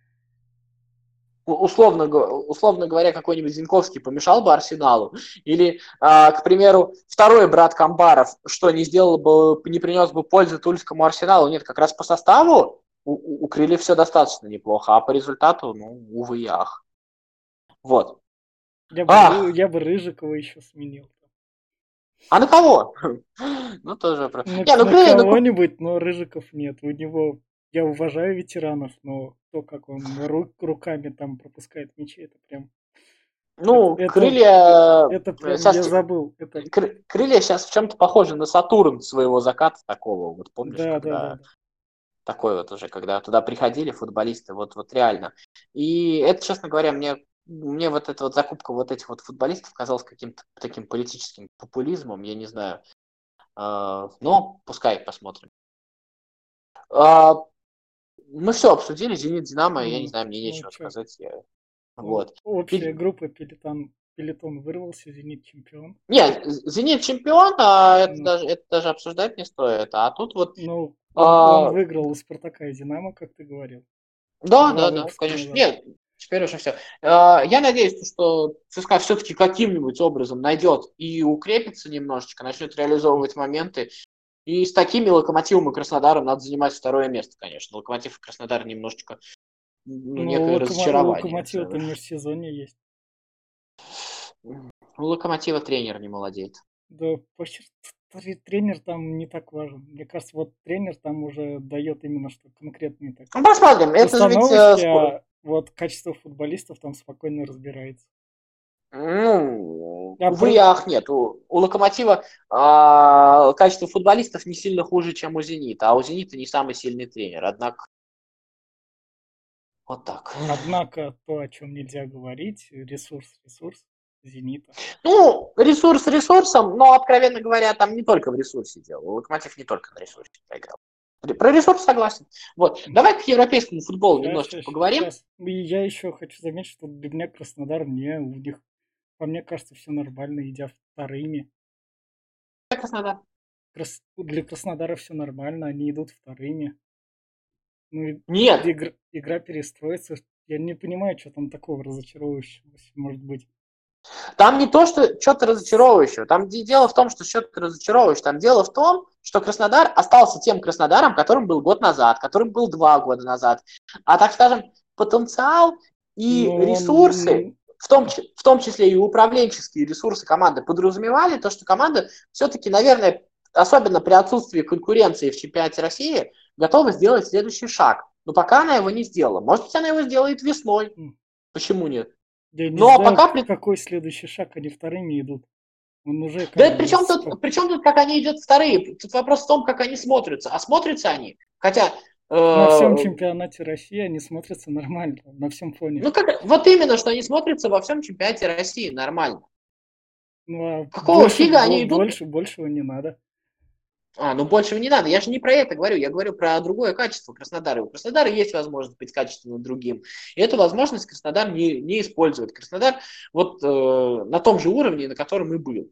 условно, го- условно говоря, какой-нибудь Зинковский помешал бы Арсеналу? Или, а, к примеру, второй брат Камбаров, что не сделал бы, не принес бы пользы Тульскому Арсеналу? Нет, как раз по составу у, у у Крыльев все достаточно неплохо, а по результату, ну, увы и ах. Вот. Я бы, Ры- Ах, я бы Рыжикова еще сменил. а на кого? Ну, тоже про... На, Не, ну на Крылья, ну, куп- кого-нибудь, но Рыжиков нет. У него, я уважаю ветеранов, но то, как он ру- руками там пропускает мячи, это прям, это, ну, это, э, Крылья это прям я сейчас... забыл. Это, Крылья сейчас в чем-то похожи на Сатурн своего заката такого. Вот помнишь, да, да, да, когда да. такой вот уже, когда туда приходили футболисты, вот, вот реально. И это, честно говоря, мне, мне вот эта вот закупка вот этих вот футболистов казалась каким-то таким политическим популизмом, я не знаю. А, но пускай посмотрим. А, мы все обсудили, Зенит, Динамо, я не М, знаю, мне Ну, нечего чё, сказать. Я... о- Вот. общая Пе- группа Пелетон, Пелетон вырвался, Зенит чемпион. Нет, Зенит чемпион, а это Ну, даже, это даже обсуждать не стоит. А тут вот... ну, он, он а, выиграл у Спартака и Динамо, как ты говорил, Да, два да, да, выпуска конечно. назад. Нет, теперь уже все. Я надеюсь, что ЦСКА все-таки каким-нибудь образом найдет и укрепится немножечко, начнет реализовывать моменты. И с такими Локомотивом и Краснодаром надо занимать второе место, конечно. Локомотив и Краснодар немножечко, ну, Ну, у некое Локомо- у разочарование. Локомотива-то межсезонье есть. У Локомотива тренер не молодеет. Да, почти тр- тренер там не так важен. Мне кажется, вот тренер там уже дает именно что конкретные так Ну, посмотрим. Это же ведь... э, установочки, спо- а вот качество футболистов там спокойно разбирается. Ну, Я увы и про... ах, нет. У, у Локомотива а, качество футболистов не сильно хуже, чем у Зенита, а у Зенита не самый сильный тренер. Однако, вот так. Однако то, о чем нельзя говорить, ресурс, ресурс Зенита. Ну, ресурс ресурсом, но, откровенно говоря, там не только в ресурсе дело. Локомотив не только на ресурсе проиграл. Про ресурс согласен. Вот. Давай к европейскому футболу Сейчас, немножечко сейчас, поговорим. сейчас. И я еще хочу заметить, что для меня Краснодар не у них, по мне кажется, все нормально, идя вторыми. Краснодар. Крас- Для Краснодара все нормально, они идут вторыми. Ну и Нет, игра, игра перестроится. Я не понимаю, что там такого разочаровывающего может быть. там не то, что что-то разочаровывающего. Там дело в том, что что-то разочаровывающее. Там дело в том, что Краснодар остался тем Краснодаром, которым был год назад, которым был два года назад. А, так скажем, потенциал и Но ресурсы, он... в том, в том числе и управленческие ресурсы команды, подразумевали то, что команда все-таки, наверное, особенно при отсутствии конкуренции в чемпионате России, готова сделать следующий шаг. Но пока она его не сделала. Может быть, она его сделает весной. Почему нет? Я не Ну, а знаю, пока... какой следующий шаг, они вторыми идут. Он уже как Да бы... причем тут, причем тут, как они идут вторые? Тут вопрос в том, как они смотрятся. А смотрятся они, хотя... На всем Э, чемпионате России они смотрятся нормально, на всем фоне. ну, как, вот именно, что они смотрятся во всем чемпионате России нормально. Ну, а Какого больше, фига они идут? больше, большего не надо. А, ну большего не надо. Я же не про это говорю. Я говорю про другое качество Краснодара. У Краснодара есть возможность быть качественным другим. И эту возможность Краснодар не, не использует. Краснодар вот э, на том же уровне, на котором и был.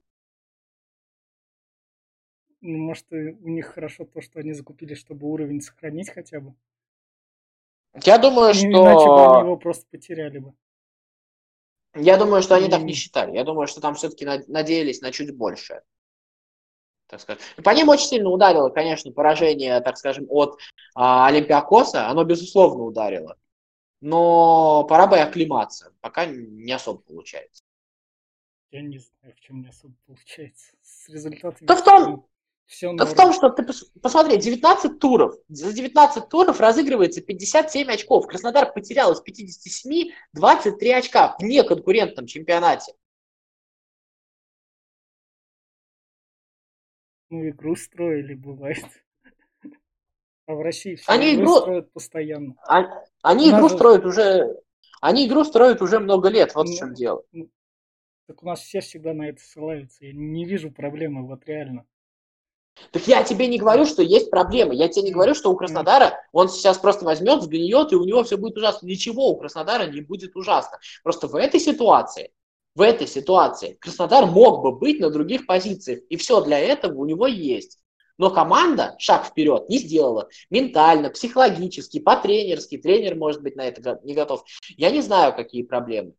Ну, может, у них хорошо то, что они закупили, чтобы уровень сохранить хотя бы. Я думаю, И, иначе бы они что... его просто потеряли бы. Я думаю, что они так не И, считали. Я думаю, что там все-таки надеялись на чуть большее. Так скажем. По ним очень сильно ударило, конечно, поражение, так скажем, от а, Олимпиакоса. Оно, безусловно, ударило. Но пора бы оклематься. Пока не особо получается. я не знаю, в чем не особо получается. С результатами То в том, все то в норм. том, что ты посмотри, девятнадцать туров. За девятнадцать туров разыгрывается пятьдесят семь очков. Краснодар потерял из пятидесяти семи двадцать три очка в неконкурентном чемпионате. Ну, игру строили, бывает. А в России все Они игры игру, строят постоянно. У они нас игру же, строят уже, они игру строят уже много лет. Вот в чем ну, дело. ну, так у нас все всегда на это ссылаются. Я не вижу проблемы, вот реально. Так я тебе не говорю, что есть проблемы. Я тебе не М, говорю, что у м. Краснодара он сейчас просто возьмет, сгниет, и у него все будет ужасно. Ничего у Краснодара не будет ужасно. Просто в этой ситуации, в этой ситуации Краснодар мог бы быть на других позициях. И все для этого у него есть. Но команда шаг вперед не сделала. Ментально, психологически, по-тренерски. Тренер, может быть, на это не готов. Я не знаю, какие проблемы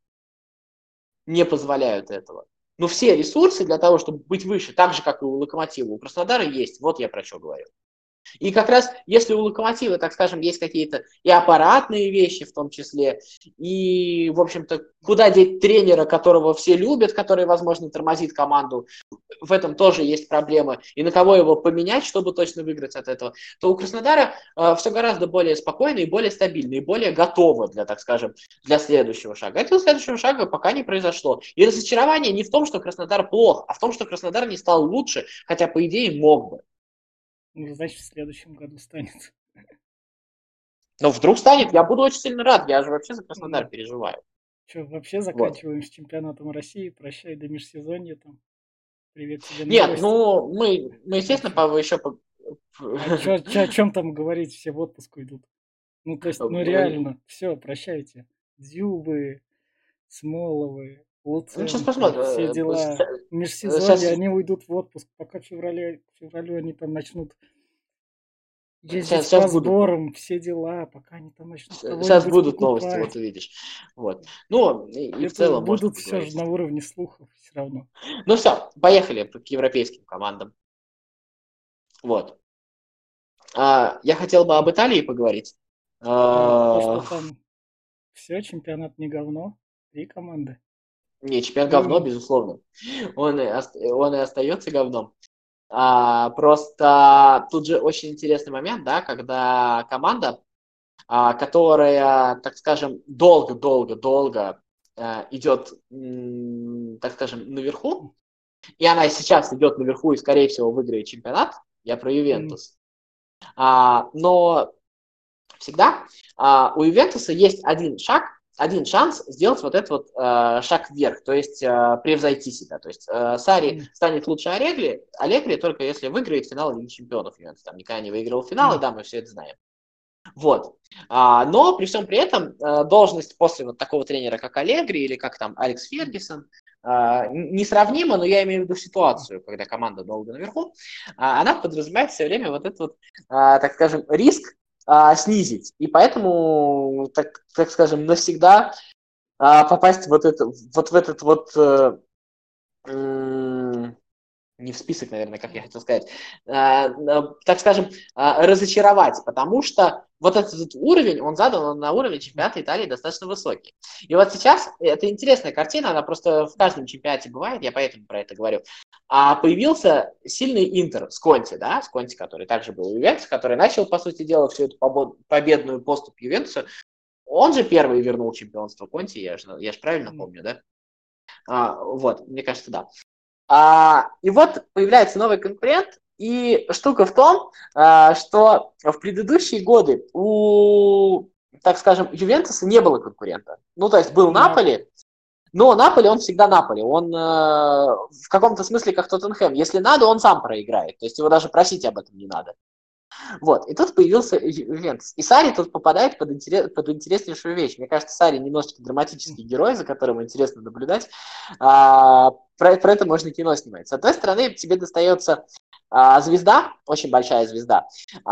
не позволяют этого. Но все ресурсы для того, чтобы быть выше, так же, как и у Локомотива, у Краснодара есть. Вот я про что говорю. И как раз, если у Локомотива, так скажем, есть какие-то и аппаратные вещи в том числе, и, в общем-то, куда деть тренера, которого все любят, который, возможно, тормозит команду, в этом тоже есть проблемы, и на кого его поменять, чтобы точно выиграть от этого, то у Краснодара э, все гораздо более спокойно и более стабильно, и более готово для, так скажем, для следующего шага. Этого следующего шага пока не произошло. И разочарование не в том, что Краснодар плох, а в том, что Краснодар не стал лучше, хотя, по идее, мог бы. Ну, значит, в следующем году станет. Но вдруг станет, я буду очень сильно рад, я же вообще за Краснодар Ну, переживаю. что, вообще Вот. заканчиваем с чемпионатом России. Прощай до межсезонья там. Привет тебе Нет, новости. ну, мы, мы А естественно, чё? по, еще... По... А чё, чё, о чем там говорить? Все в отпуск уйдут. Ну, то есть, ну реально, все, прощайте. Дзюбы, Смоловы, Ну, сейчас Луценко, все посмотрим. дела. Межсезонье, Сейчас, они уйдут в отпуск. Пока в феврале, к февралю они там начнут сейчас, ездить сейчас по будут, сборам, все дела, пока они там начнут сейчас кого-нибудь будут новости, вот покупать. увидишь. Вот. Ну, и, и в Это целом можно будут все же поговорить. на уровне слухов все равно. Ну все, поехали к европейским командам. Вот. А, я хотел бы об Италии поговорить. А, то, что А, там все, чемпионат не говно, три команды. не, чемпионат говно, Ну, безусловно. Он и, он и остается говном. А, просто тут же очень интересный момент, да, когда команда, а, которая, так скажем, долго-долго-долго э, идет, м, так скажем, наверху, и она сейчас идет наверху и, скорее всего, выиграет чемпионат, я про М, Ювентус, а, но всегда а, у Ювентуса есть один шаг, один шанс сделать вот этот вот э, шаг вверх, то есть э, превзойти себя. То есть э, Сарри м, станет лучше Аллегри, Аллегри только если выиграет финал Лиги Чемпионов. Ювентус там никогда не выиграл финалы, м. да, мы все это знаем. Вот. А, но при всем при этом э, должность после вот такого тренера, как Аллегри или как там Алекс Фергюсон, э, несравнима, но я имею в виду ситуацию, когда команда долго наверху, а, она подразумевает все время вот этот вот, а, так скажем, риск а, снизить. И поэтому, так, так скажем, навсегда а, попасть вот, это, вот в этот вот э, м- не в список, наверное, как я хотел сказать, а, а, так скажем, а, разочаровать, потому что вот этот вот уровень, он задан он на уровень чемпионата Италии достаточно высокий. И вот сейчас, это интересная картина, она просто в каждом чемпионате бывает, я поэтому про это говорю. А появился сильный Интер с Конти, да, с Конти, который также был у Ювентуса, который начал, по сути дела, всю эту победную поступь Ювентуса. Он же первый вернул чемпионство Конти, я же, я же правильно М. помню, да? А, вот, мне кажется, да. А, и вот появляется новый конкурент, и штука в том, а, что в предыдущие годы у, так скажем, Ювентуса не было конкурента. Ну, то есть был На, Наполи, но Наполи, он всегда Наполи. Он э, в каком-то смысле как Тоттенхэм. Если надо, он сам проиграет. То есть его даже просить об этом не надо. Вот. И тут появился Ювентус. И Сарри тут попадает под, интерес, под интереснейшую вещь. Мне кажется, Сарри немножечко м, драматический герой, за которым интересно наблюдать. А, про, про это можно кино снимать. С одной стороны, тебе достается а, звезда, очень большая звезда,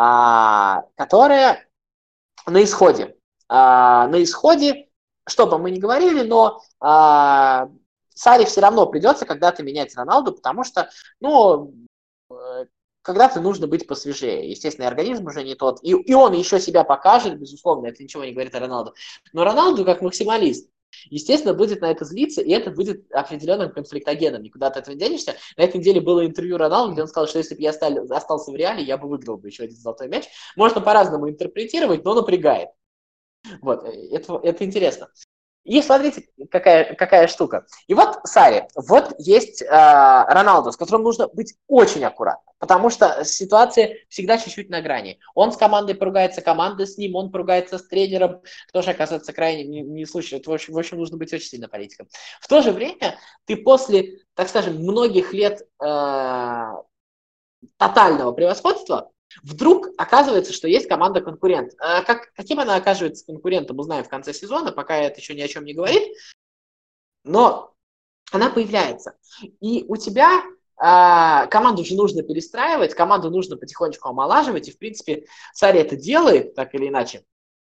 а, которая на исходе. А, на исходе, что бы мы ни говорили, но а, Сарри все равно придется когда-то менять Роналду, потому что, ну, э, когда-то нужно быть посвежее. Естественно, организм уже не тот. И, и он еще себя покажет, безусловно, это ничего не говорит о Роналду. Но Роналду как максималист, естественно, будет на это злиться, и это будет определенным конфликтогеном. Никуда ты от этого не денешься. На этой неделе было интервью Роналду, где м. он сказал, что если бы я стали, остался в Реале, я бы выиграл бы еще один золотой мяч. Можно по-разному интерпретировать, но напрягает. Вот, это, это интересно. И смотрите, какая, какая штука. И вот Сарри, вот есть э, Роналду, с которым нужно быть очень аккуратным, потому что ситуация всегда чуть-чуть на грани. Он с командой поругается, команда с ним, он поругается с тренером, тоже оказывается крайне не, не случай. В общем, в общем, нужно быть очень сильно политиком. В то же время ты после, так скажем, многих лет э, тотального превосходства, вдруг оказывается, что есть команда-конкурент. А как, каким она оказывается конкурентом, узнаем в конце сезона, пока это еще ни о чем не говорит, но она появляется. И у тебя а, команду уже нужно перестраивать, команду нужно потихонечку омолаживать, и, в принципе, Сарри это делает, так или иначе,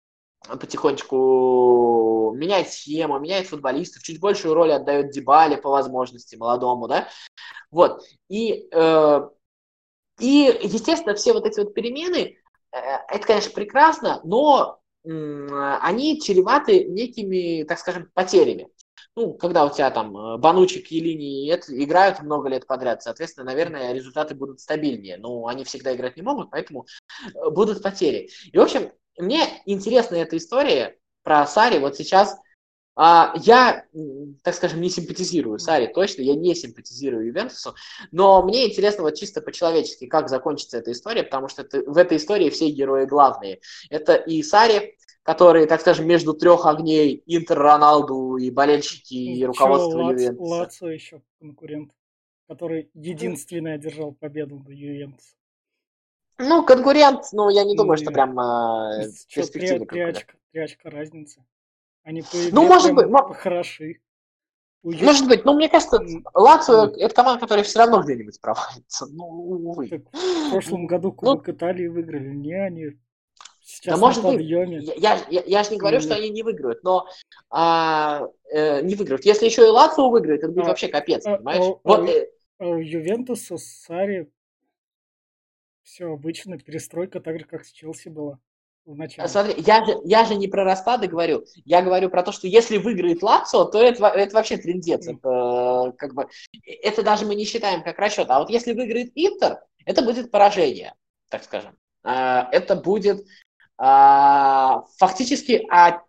потихонечку меняет схему, меняет футболистов, чуть большую роль отдает Дибале по возможности, молодому, да, вот, и э, И, естественно, все вот эти вот перемены, э, это, конечно, прекрасно, но м, они чреваты некими, так скажем, потерями. Ну, когда у тебя там э, Банучи, Кьелини играют много лет подряд, соответственно, наверное, результаты будут стабильнее. Но они всегда играть не могут, поэтому э, будут потери. И, в общем, мне интересна эта история про Сарри. Вот сейчас а, я, так скажем, не симпатизирую Сарри, точно, я не симпатизирую Ювентусу, но мне интересно вот чисто по-человечески, как закончится эта история, потому что это, в этой истории все герои главные. Это и Сарри, который, так скажем, между трех огней, Интер, Роналду и болельщики, и Че, руководство Лац, Ювентуса. Лацио еще конкурент, который единственный одержал победу над Ювентусом. Ну, конкурент, ну, я не думаю, что Не, прям э, что, три, перспективный три конкурент. очка, три очка разницы. Они по Ну, игре может быть, прям мо- хороши. У Ю... может быть, но мне кажется, м, Лацио м, это команда, которая все равно где-нибудь провалится. Ну, увы. Так в прошлом году Ну, Кубок Италии выиграли. Не, они да, сейчас на может быть, подъеме. я, я, я же не говорю, что Не. они не выиграют, но а, э, не выиграют. Если еще и Лацио выиграет, это будет А, вообще капец, а, а, понимаешь? а Вот, у э, а у Ювентуса с Сарри все обычно. Перестройка так же, как с Челси была в начале. смотри, я же, я же не про распады говорю, я говорю про то, что если выиграет Лацио, то это, во- это вообще трындец. М, Это, как бы, это даже мы не считаем как расчет. А вот если выиграет Интер, это будет поражение, так скажем. А, это будет а, фактически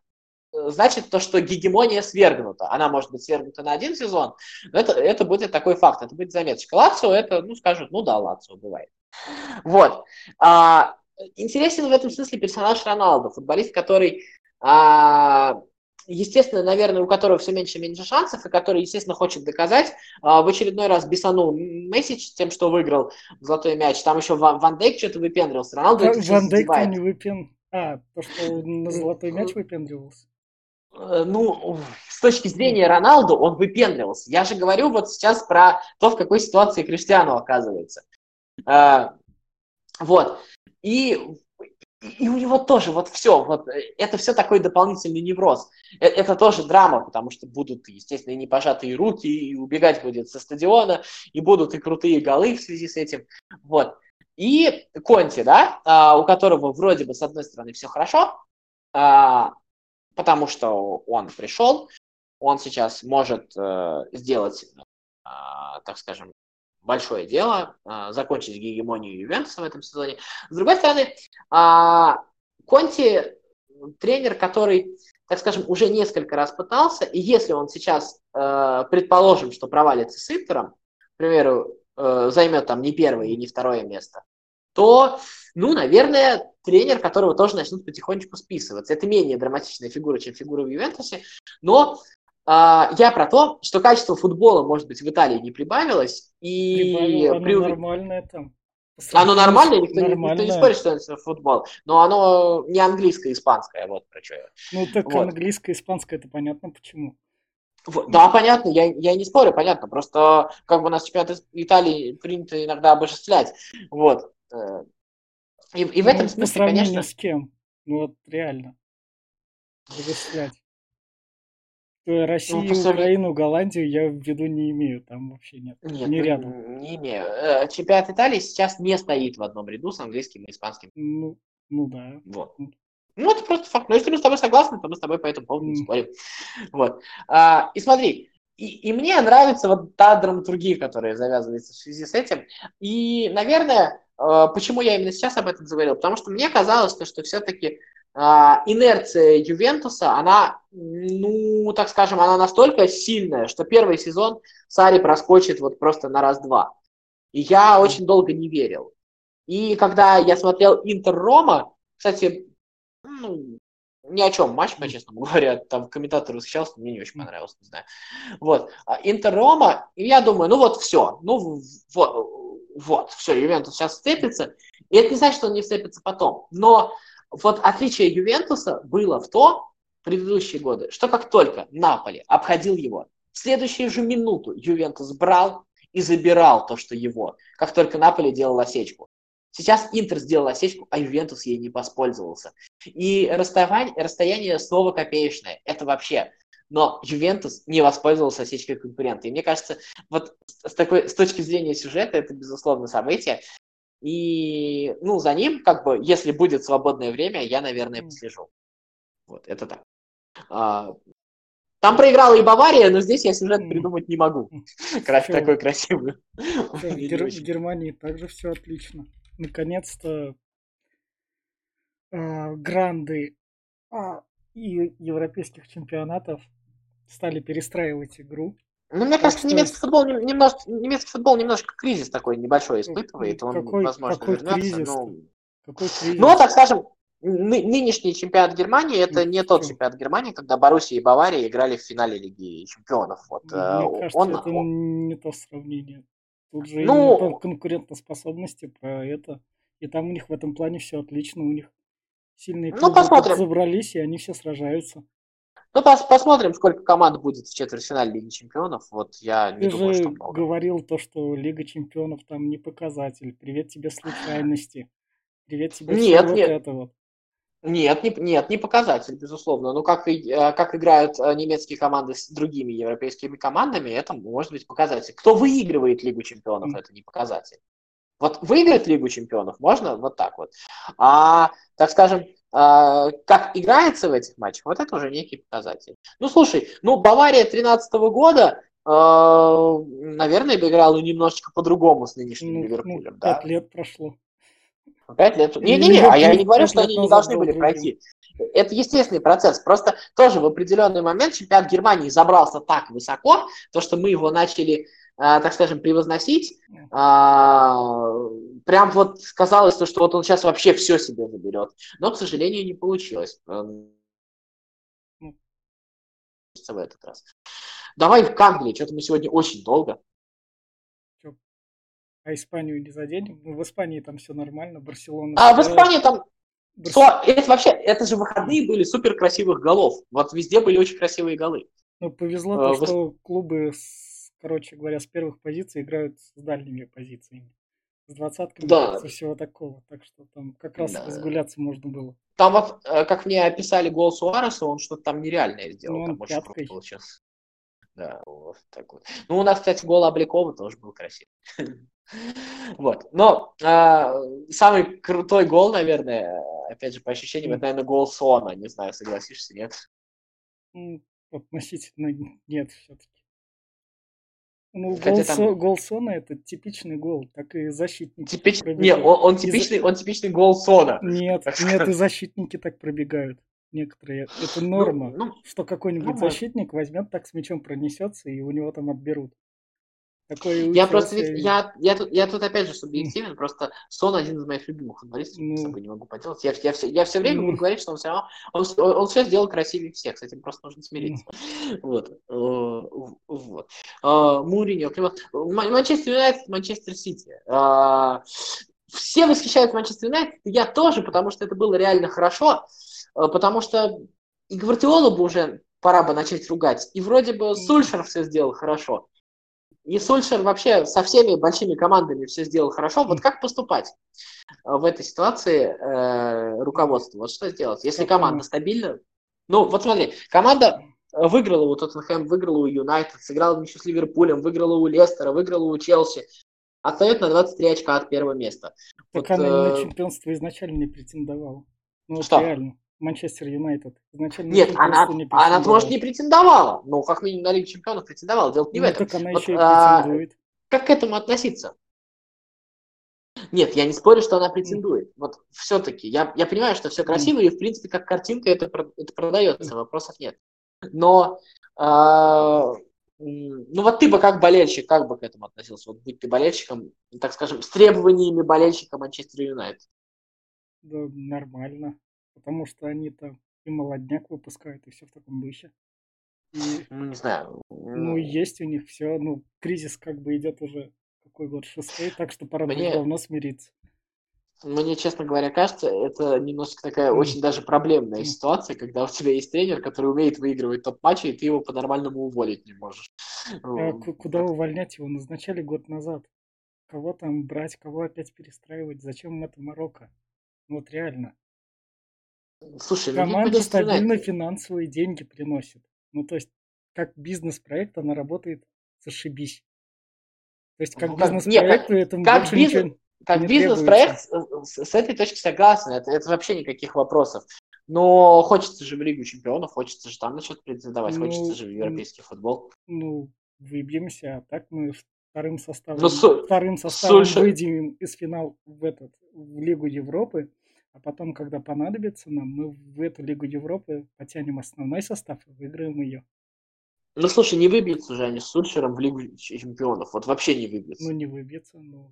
значит то, что гегемония свергнута. Она может быть свергнута на один сезон, но это, это будет такой факт, это будет заметочка. Лацио это, ну, скажут, ну да, Лацио бывает. Вот. А, интересен в этом смысле персонаж Роналдо, футболист, который, а, естественно, наверное, у которого все меньше и меньше шансов, и который, естественно, хочет доказать, а, в очередной раз бесанул Месси тем, что выиграл золотой мяч. Там еще Ван, Ван Дейк что-то выпендривался. Роналдо это все Ван Дейк там задевает. не выпен... А, то, что он на золотой мяч выпендривался. Ну, с точки зрения Роналду он выпендривался. Я же говорю вот сейчас про то, в какой ситуации Криштиану оказывается. А, вот. И, и у него тоже вот все. Вот, это все такой дополнительный невроз. Это, это тоже драма, потому что будут, естественно, и непожатые руки, и убегать будет со стадиона, и будут и крутые голы в связи с этим. Вот. И Конте, да, а, у которого вроде бы, с одной стороны, все хорошо, а, потому что он пришел, он сейчас может э, сделать, э, так скажем, большое дело, э, закончить гегемонию Ювентуса в этом сезоне. С другой стороны, э, Конти тренер, который, так скажем, уже несколько раз пытался, и если он сейчас, э, предположим, что провалится с Интером, к примеру, э, займет там не первое и не второе место, то, ну, наверное, тренер, которого тоже начнут потихонечку списываться. Это менее драматичная фигура, чем фигура в Ювентусе, но э, я про то, что качество футбола, может быть, в Италии не прибавилось, и... Прибавил, оно при... нормальное там. Оно нормальное, никто, нормальное. никто не спорит, что это футбол, но оно не английское, испанское, вот про что я. Ну, так вот. английское, испанское, это понятно почему. Да, понятно, я, я не спорю, понятно, просто как бы у нас чемпионат Италии принято иногда обожествлять, вот. И, и в ну, этом смысле, по сравнению конечно... с кем? Ну, вот реально. Обожествлять. Россию, ну, Украину, Голландию я в виду не имею, там вообще нет. Нет, не ну, рядом. Не имею. Чемпионат Италии сейчас не стоит в одном ряду с английским и испанским. Ну, ну да. Вот. Ну, это просто факт. Но если мы с тобой согласны, то мы с тобой по этому поводу не Mm. спорим. Вот. А, и смотри, и, и мне нравится вот та драматургия, которая завязывается в связи с этим. И, наверное, почему я именно сейчас об этом заговорил? Потому что мне казалось, что, что все-таки Uh, инерция Ювентуса, она, ну, так скажем, она настолько сильная, что первый сезон Сарри проскочит вот просто на раз-два. И я очень долго не верил. И когда я смотрел Интер-Рома, кстати, ну, ни о чем матч, по-честному говоря, там комментатор восхищался, мне не очень понравился, не знаю. Вот, Интер-Рома, и я думаю, ну вот все, ну вот, вот, все, Ювентус сейчас вцепится. И это не значит, что он не вцепится потом, но вот отличие Ювентуса было в том, в предыдущие годы, что как только Наполи обходил его, в следующую же минуту Ювентус брал и забирал то, что его, как только Наполи делал осечку. Сейчас Интер сделал осечку, а Ювентус ей не воспользовался. И расстояние, расстояние снова копеечное. Это вообще. Но Ювентус не воспользовался осечкой конкурента. И мне кажется, вот с, такой, с точки зрения сюжета, это безусловно событие. И, ну, за ним, как бы, если будет свободное время, я, наверное, послежу. Вот, это так. А, там проиграла и Бавария, но здесь я сюжет придумать не могу. Крас- такой красивый. В, Гер- в Германии также все отлично. Наконец-то э, гранды а, и европейских чемпионатов стали перестраивать игру. Ну, мне кажется, что... немецкий футбол немножко, немецкий футбол немножко кризис такой небольшой испытывает. Какой, Он, возможно, какой вернется. Кризис? Но... Какой кризис? Ну, так скажем, ны- нынешний чемпионат Германии это не тот Чё? чемпионат Германии, когда Боруссия и Бавария играли в финале Лиги Чемпионов. Вот, Мне кажется, он, это он... не то сравнение. Тут же ну... именно по конкурентоспособности, про это. И там у них в этом плане все отлично. У них сильные ну, клубы посмотрим. забрались, и они все сражаются. Ну, пос- посмотрим, сколько команд будет в четвертьфинале Лиги Чемпионов. Вот я Ты не думаю, же что много. говорил то, что Лига Чемпионов там не показатель. Привет тебе случайности. Привет тебе Нет, все вот нет. это вот. Нет, не, нет, не показатель, безусловно. Но как, и, как играют немецкие команды с другими европейскими командами, это может быть показатель. Кто выигрывает Лигу Чемпионов, mm. это не показатель. Вот выиграть Лигу Чемпионов можно вот так вот. А, так скажем, как играется в этих матчах, вот это уже некий показатель. Ну, слушай, ну, Бавария тринадцатого года, наверное, бы играла немножечко по-другому с нынешним ну, Ливерпулем. Ну, да? пять лет прошло. Пять лет? Не-не-не, а я не говорю, что они не должны были пройти. это естественный процесс. Просто тоже в определенный момент чемпионат Германии забрался так высоко, то, что мы его начали, а, так скажем, превозносить. А, прям вот казалось, то, что вот он сейчас вообще все себе заберет. Но, к сожалению, не получилось в этот раз. Давай в Англии, что-то мы сегодня очень долго. Чё, А Испанию не заденем? Ну, в Испании там все нормально, Барселона А в сыграет. Испании там Барс- Со- Это вообще, это же выходные были супер красивых голов. Вот везде были очень красивые голы. Ну, повезло Э, то, в Ис- что клубы, с, короче говоря, с первых позиций играют с дальними позициями. С двадцатками, Да, кажется, всего такого. Так что там как раз да. разгуляться можно было. Там вот, э, как мне описали гол Суареса, он что-то там нереальное сделал. Ну, он Там очень круто пяткой. получился. Да, вот так вот. Ну, у нас, кстати, гол Обликова тоже был красивый. Вот. Но а, самый крутой гол, наверное, опять же, по ощущениям, это, М, наверное, гол Сона. Не знаю, согласишься, нет? м, Относительно нет все-таки. Ну, гол, Хотя Со- там гол Сона это типичный гол. Так и защитники так типич... Не, пробегают. он, он И за- типичный, он типичный гол Сона. Нет, Так нет, и сказать. защитники так пробегают. Некоторые. Это Ну, норма, ну, что ну, какой-нибудь может. защитник возьмет, так с мячом пронесется, и у него там отберут. Такое и у Я просто, Челси. ведь- я, я, тут, я тут опять же М, субъективен, просто Сон один из моих любимых футболистов, с Ну, собой не могу поделать. Я, я, все, я все время ну, буду говорить, что он все равно, он, с- он, он все сделал красивее всех, с этим просто нужно ну, смириться. Вот. Э, вот. А, Мourinho, Климат. Ма- Манчестер Юнайтед, Манчестер Сити. А, Все восхищаются Манчестер Юнайтед, я тоже, потому что это было реально хорошо, э, потому что и Гвардиолу бы уже пора бы начать ругать, и вроде бы м, Сульшер все сделал хорошо. И Сульшер вообще со всеми большими командами все сделал хорошо. м, Вот как поступать в этой ситуации э, руководству? Вот что сделать? в Если команда каком? стабильна, ну вот смотри, команда выиграла у Тоттенхэм, выиграла у Юнайтед, сыграла ничью с Ливерпулем, выиграла у Лестера, выиграла у Челси, отстает на двадцать три очка от первого места. Так Вот она и на э, чемпионство изначально не претендовала. Ну вот что? реально. Манчестер Юнайтед изначально на Нет, чемпионство она, не она, может, претендовал. не претендовала, но как минимум на Лигу Чемпионов претендовала. Дело не в Ну этом. так она Вот еще и а, претендует. как к этому относиться? Нет, я не спорю, что она М, претендует. Вот все-таки, я, я понимаю, что все м, красиво, и, в принципе, как картинка это, про- это м. продается, вопросов нет. Но, а, м, ну вот ты бы как болельщик, как бы к этому относился? Вот будь ты болельщиком, так скажем, с требованиями болельщика Манчестер Юнайтед. Да, нормально. Потому что они там и молодняк выпускают, и все в таком духе. И, Ну, не знаю. ну, м, есть у них все. Ну, кризис как бы идет уже какой год, шестой, так что пора бы уже Мне, давно смириться. Мне, честно говоря, кажется, это немножко такая М, очень даже проблемная м. ситуация, когда у тебя есть тренер, который умеет выигрывать топ-матчи, и ты его по-нормальному уволить не можешь. А Ну, ку- куда вот. увольнять его? Назначали год назад. Кого там брать, кого опять перестраивать? Зачем им это Марокко? Ну, вот реально. Слушай, ну нет Команда Манчестер стабильно Юнайтед. финансовые деньги приносит. Ну, то есть, как бизнес-проект она работает зашибись. То есть, как Ну, как, не, бизнес-проекту как, этому как, больше бизнес, ничего как не требуется. бизнес-проект, с, с этой точки согласен, это, это вообще никаких вопросов. Но хочется же в Лигу Чемпионов, хочется же там начать претендовать, хочется Ну, же в м, европейский футбол. ну, выбьемся, а так мы вторым Ну, составом, Су- вторым составом Сульшер, выйдем из финала в этот, в Лигу Европы, а потом, когда понадобится нам, мы в эту Лигу Европы потянем основной состав и выиграем ее. ну, слушай, не выбьется же они с Сульшером в Лигу Чемпионов, вот вообще не Ну, выбьется. не выбьется, ну,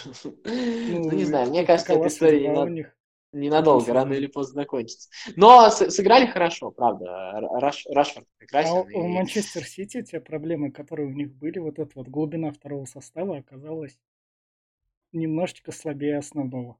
Ну, не ну, знаю, мне и кажется, эта какова история судьба у нена- них в этом ненадолго, рано или сезоне. поздно закончится. Но с- сыграли хорошо, правда. Р- Раш- Рашфорд А прекрасен. у у И... Манчестер Сити те проблемы, которые у них были, вот эта вот глубина второго состава оказалась немножечко слабее основного.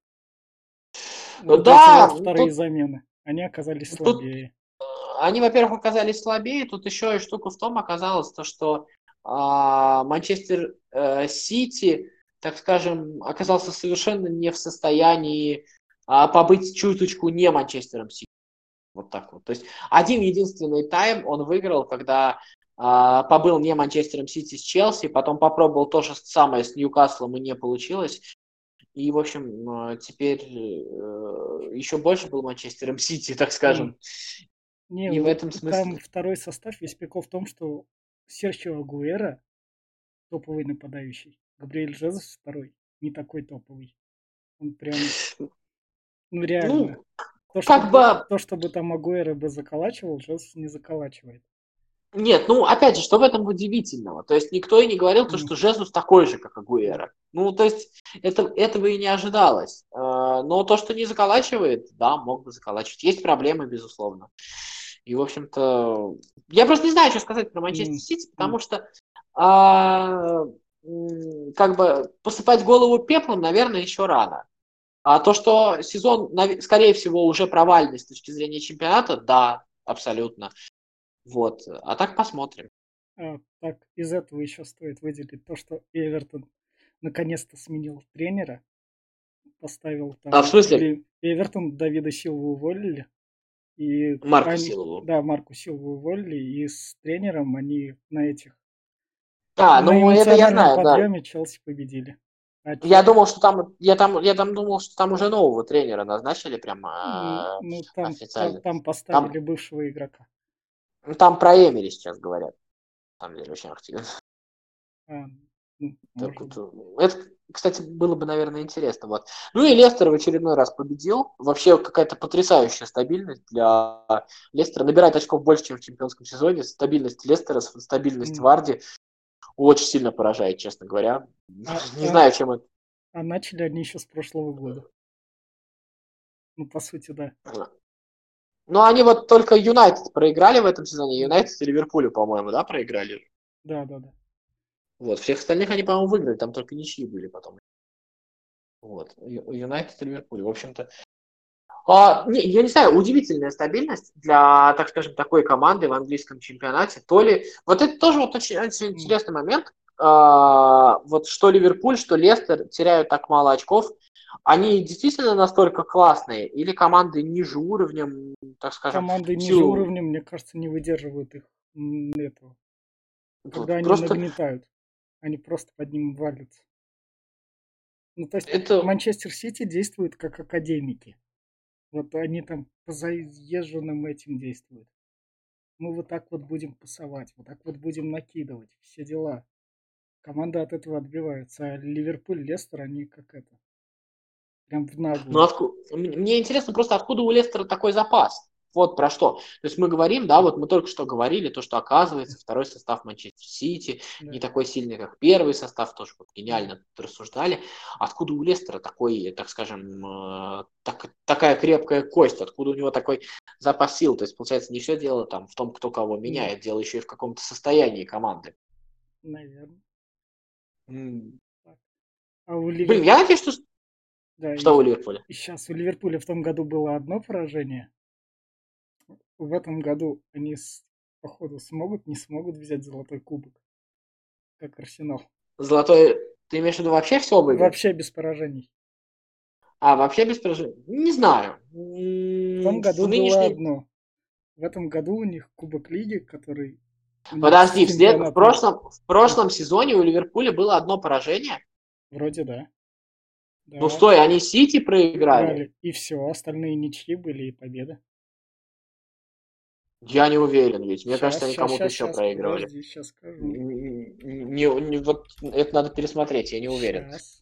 Вот эти Да, вот ну, вторые тут, замены, они оказались тут слабее. они, во-первых, оказались слабее. Тут еще и штука в том оказалась, то, что а, Манчестер э, Сити, так скажем, оказался совершенно не в состоянии а, побыть чуточку не Манчестером Сити. Вот так вот. То есть один единственный тайм он выиграл, когда а, побыл не Манчестером Сити с Челси, потом попробовал то же самое с Ньюкаслом и не получилось. И, в общем, а, теперь э, еще больше был Манчестером Сити, так М. скажем. Не, И в вот этом там смысле... второй состав, весь прикол в том, что Серхио Агуэро топовый нападающий, Габриэль Жезус второй не такой топовый. Он прям, ну реально, Ну, То, как чтобы, бы, то, чтобы там Агуэро бы заколачивал, Джесус не заколачивает. нет, ну, опять же, что в этом удивительного? То есть никто и не говорил, то, М, что Жезус такой же, как м, Агуэро. Ну, то есть это, этого и не ожидалось. Э, Но то, что не заколачивает, да, мог бы заколачивать. Есть проблемы, безусловно. И, в общем-то, я просто не знаю, что сказать про Манчестер м, Сити, м. потому что а, м, как бы посыпать голову пеплом, наверное, еще рано. А то, что сезон, нав- скорее всего, уже провальный с точки зрения чемпионата, да, абсолютно. Вот. А так посмотрим. А, так, из этого еще стоит выделить то, что Эвертон наконец-то сменил тренера, поставил А в там смысле, Ли- Эвертон Давида Силву уволили, и Марку они, Силову? да, Марку Силву уволили, и с тренером они на этих, А, на ну это я эмоциональном знаю, да. подъеме Челси победили. А Я Че- думал, что там, я там, я там думал, что там уже нового тренера назначили прям м, а, ну, там, там, официально. там поставили Там, бывшего игрока. там про Эмери сейчас говорят. На самом деле, очень активно. А, ну, Так может вот, быть. э, это, кстати, было бы, наверное, интересно. Вот. Ну и Лестер в очередной раз победил. Вообще какая-то потрясающая стабильность для Лестера. Набирает очков больше, чем в чемпионском сезоне. Стабильность Лестера, стабильность М. Варди очень сильно поражает, честно говоря. А, Не а, знаю, чем это. а начали они еще с прошлого года. Ну, по сути, да. Ну, они вот только Юнайтед проиграли в этом сезоне. М. Юнайтед и Ливерпулю, по-моему, да, проиграли. Да, да, да. Вот. Всех остальных они, по-моему, выиграли. Там только ничьи были потом. Вот. Ю- Юнайтед и Ливерпуль. В общем-то, А, не, я не знаю, удивительная стабильность для, так скажем, такой команды в английском чемпионате. То ли, вот это тоже вот очень, очень М. интересный момент. А, вот что Ливерпуль, что Лестер теряют так мало очков. Они действительно настолько классные? Или команды ниже уровнем, так скажем, Команды в ниже силу уровня, мне кажется, не выдерживают их м, этого. Когда вот, они просто нагнетают, они просто под ним валятся. Ну, то есть это Манчестер Сити действует как академики. Вот они там по заезженным этим действуют. Мы вот так вот будем пасовать, вот так вот будем накидывать, все дела. Команда от этого отбивается. А Ливерпуль, Лестер, они как это, прям в Ну, наглую. отку- Мне интересно просто, откуда у Лестера такой запас? Вот про что. То есть мы говорим, да, вот мы только что говорили, то, что оказывается второй состав Манчестер Сити Да. не такой сильный, как первый состав, тоже вот М. гениально тут рассуждали. Откуда у Лестера такой, так скажем, э, так- такая крепкая кость, откуда у него такой запас сил? То есть, получается, не все дело там в том, кто кого М. меняет, дело еще и в каком-то состоянии команды. Наверное. М. Так. А у Блин, Ливер... я надеюсь, что, Да, и, что у Ливерпуля. и сейчас у Ливерпуля в том году было одно поражение. В этом году они, с- походу, смогут, не смогут взять золотой кубок, как Арсенал. Золотой, ты имеешь в виду вообще все выиграть? Вообще без поражений. А, вообще без поражений? Не знаю. В том М, В году было нынешней... одно. В этом году у них Кубок Лиги, который у них с Подожди, в, след... в, чемпионатом. прошлом, в прошлом сезоне у Ливерпуля было одно поражение? Вроде да. Ну Да, стой, они Сити проиграли? играли. И все, остальные ничьи были и победы. Я не уверен, ведь мне Сейчас, кажется, они сейчас, кому-то сейчас, еще сейчас, проигрывали. подожди, сейчас скажу. Н- Не, не- вот это надо пересмотреть, я не уверен. Сейчас,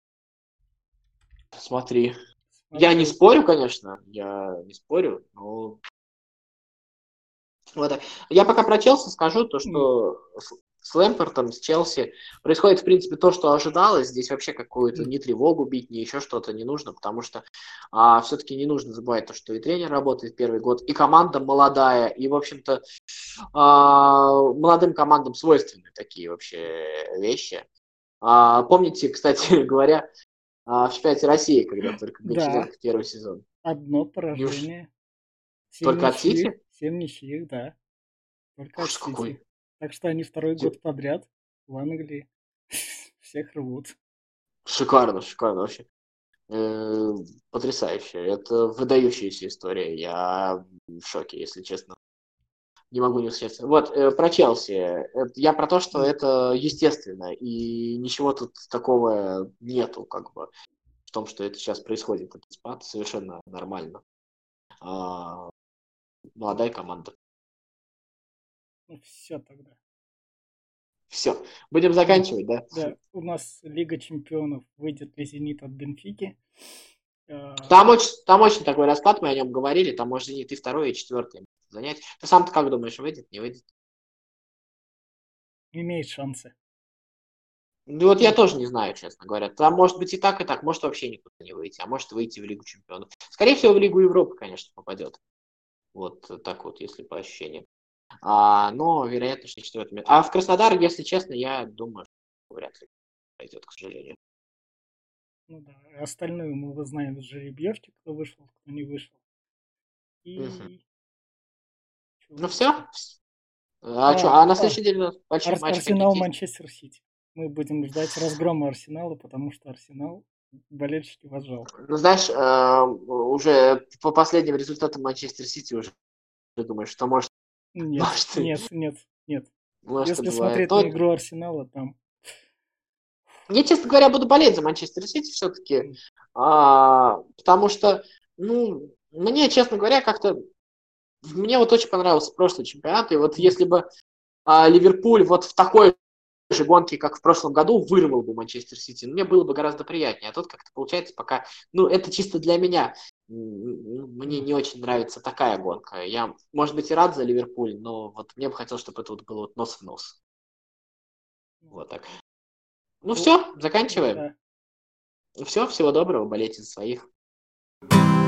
Смотри. Я не смотрю. спорю, конечно, я не спорю, но вот так. Я пока про Челси скажу, то, М. что с, с Лэмпортом, с Челси происходит, в принципе, то, что ожидалось. Здесь вообще какую-то М. ни тревогу бить, ни еще что-то не нужно, потому что а, все-таки не нужно забывать то, что и тренер работает первый год, и команда молодая, и, в общем-то, а, молодым командам свойственны такие вообще вещи. А, помните, кстати говоря, а, в чемпионате России, когда только Да, Гончаренко первый сезон. одно Неуж- поражение. Семь Только от ничьих. Сити? Семь ничьих, да. Только от Ужас Сити. какой. Так что они второй год подряд в Англии всех рвут. Шикарно, шикарно вообще. Э, Потрясающе. Это выдающаяся история. Я в шоке, если честно. Не могу не восхищаться. Вот, э, про Челси. Это- Я про то, что М. это естественно, и ничего тут такого нету, как бы, в том, что это сейчас происходит. Этот спад совершенно нормально. А, молодая команда. Ну, все тогда. Все, будем М. заканчивать, да? Да, у нас Лига чемпионов. Выйдет ли «Зенит» от Бенфики? А, Там очень, там очень такой расклад, мы о нем говорили, там может и ты второе, и четвертое занять. Ты сам-то как думаешь, выйдет, не выйдет? имеет шансы. Ну вот я Ну, тоже не знаю, честно говоря. Там может быть и так, и так, может вообще никуда не выйти, а может выйти в Лигу Чемпионов. Скорее всего, в Лигу Европы, конечно, попадет. Вот так вот, если по ощущениям. А, но вероятно, что четвертое место. А в Краснодар, если честно, я думаю, что вряд ли пойдет, к сожалению. ну да. Остальное мы уже знаем из жеребьевки, кто вышел, кто не вышел. Мгм. И что Ну еще сказать? все. А, А, что, а на а, следующей неделе у нас большие Ар- матчи Арсенал, какие-то есть? Манчестер Сити. Мы будем ждать разгрома Арсенала, потому что Арсенал болельщики вас жалко. Ну, знаешь, э, уже по последним результатам Манчестер Сити уже думаешь, что может, Нет, может, и- нет, нет, нет. может и Если бывает. смотреть на То, игру Арсенала, там я, честно говоря, буду болеть за Манчестер Сити все-таки, а, потому что, ну, мне, честно говоря, как-то мне вот очень понравился прошлый чемпионат, и вот м, если бы а, Ливерпуль вот в такой же гонке, как в прошлом году, вырвал бы Манчестер Сити, мне было бы гораздо приятнее. А тут как-то получается пока, ну, это чисто для меня. М, Мне м, не очень нравится такая гонка. Я, может быть, и рад за Ливерпуль, но вот мне бы хотелось, чтобы это вот было вот нос в нос. ну, Вот так. Ну о, все, заканчиваем. да. Все, всего доброго, болейте за своих.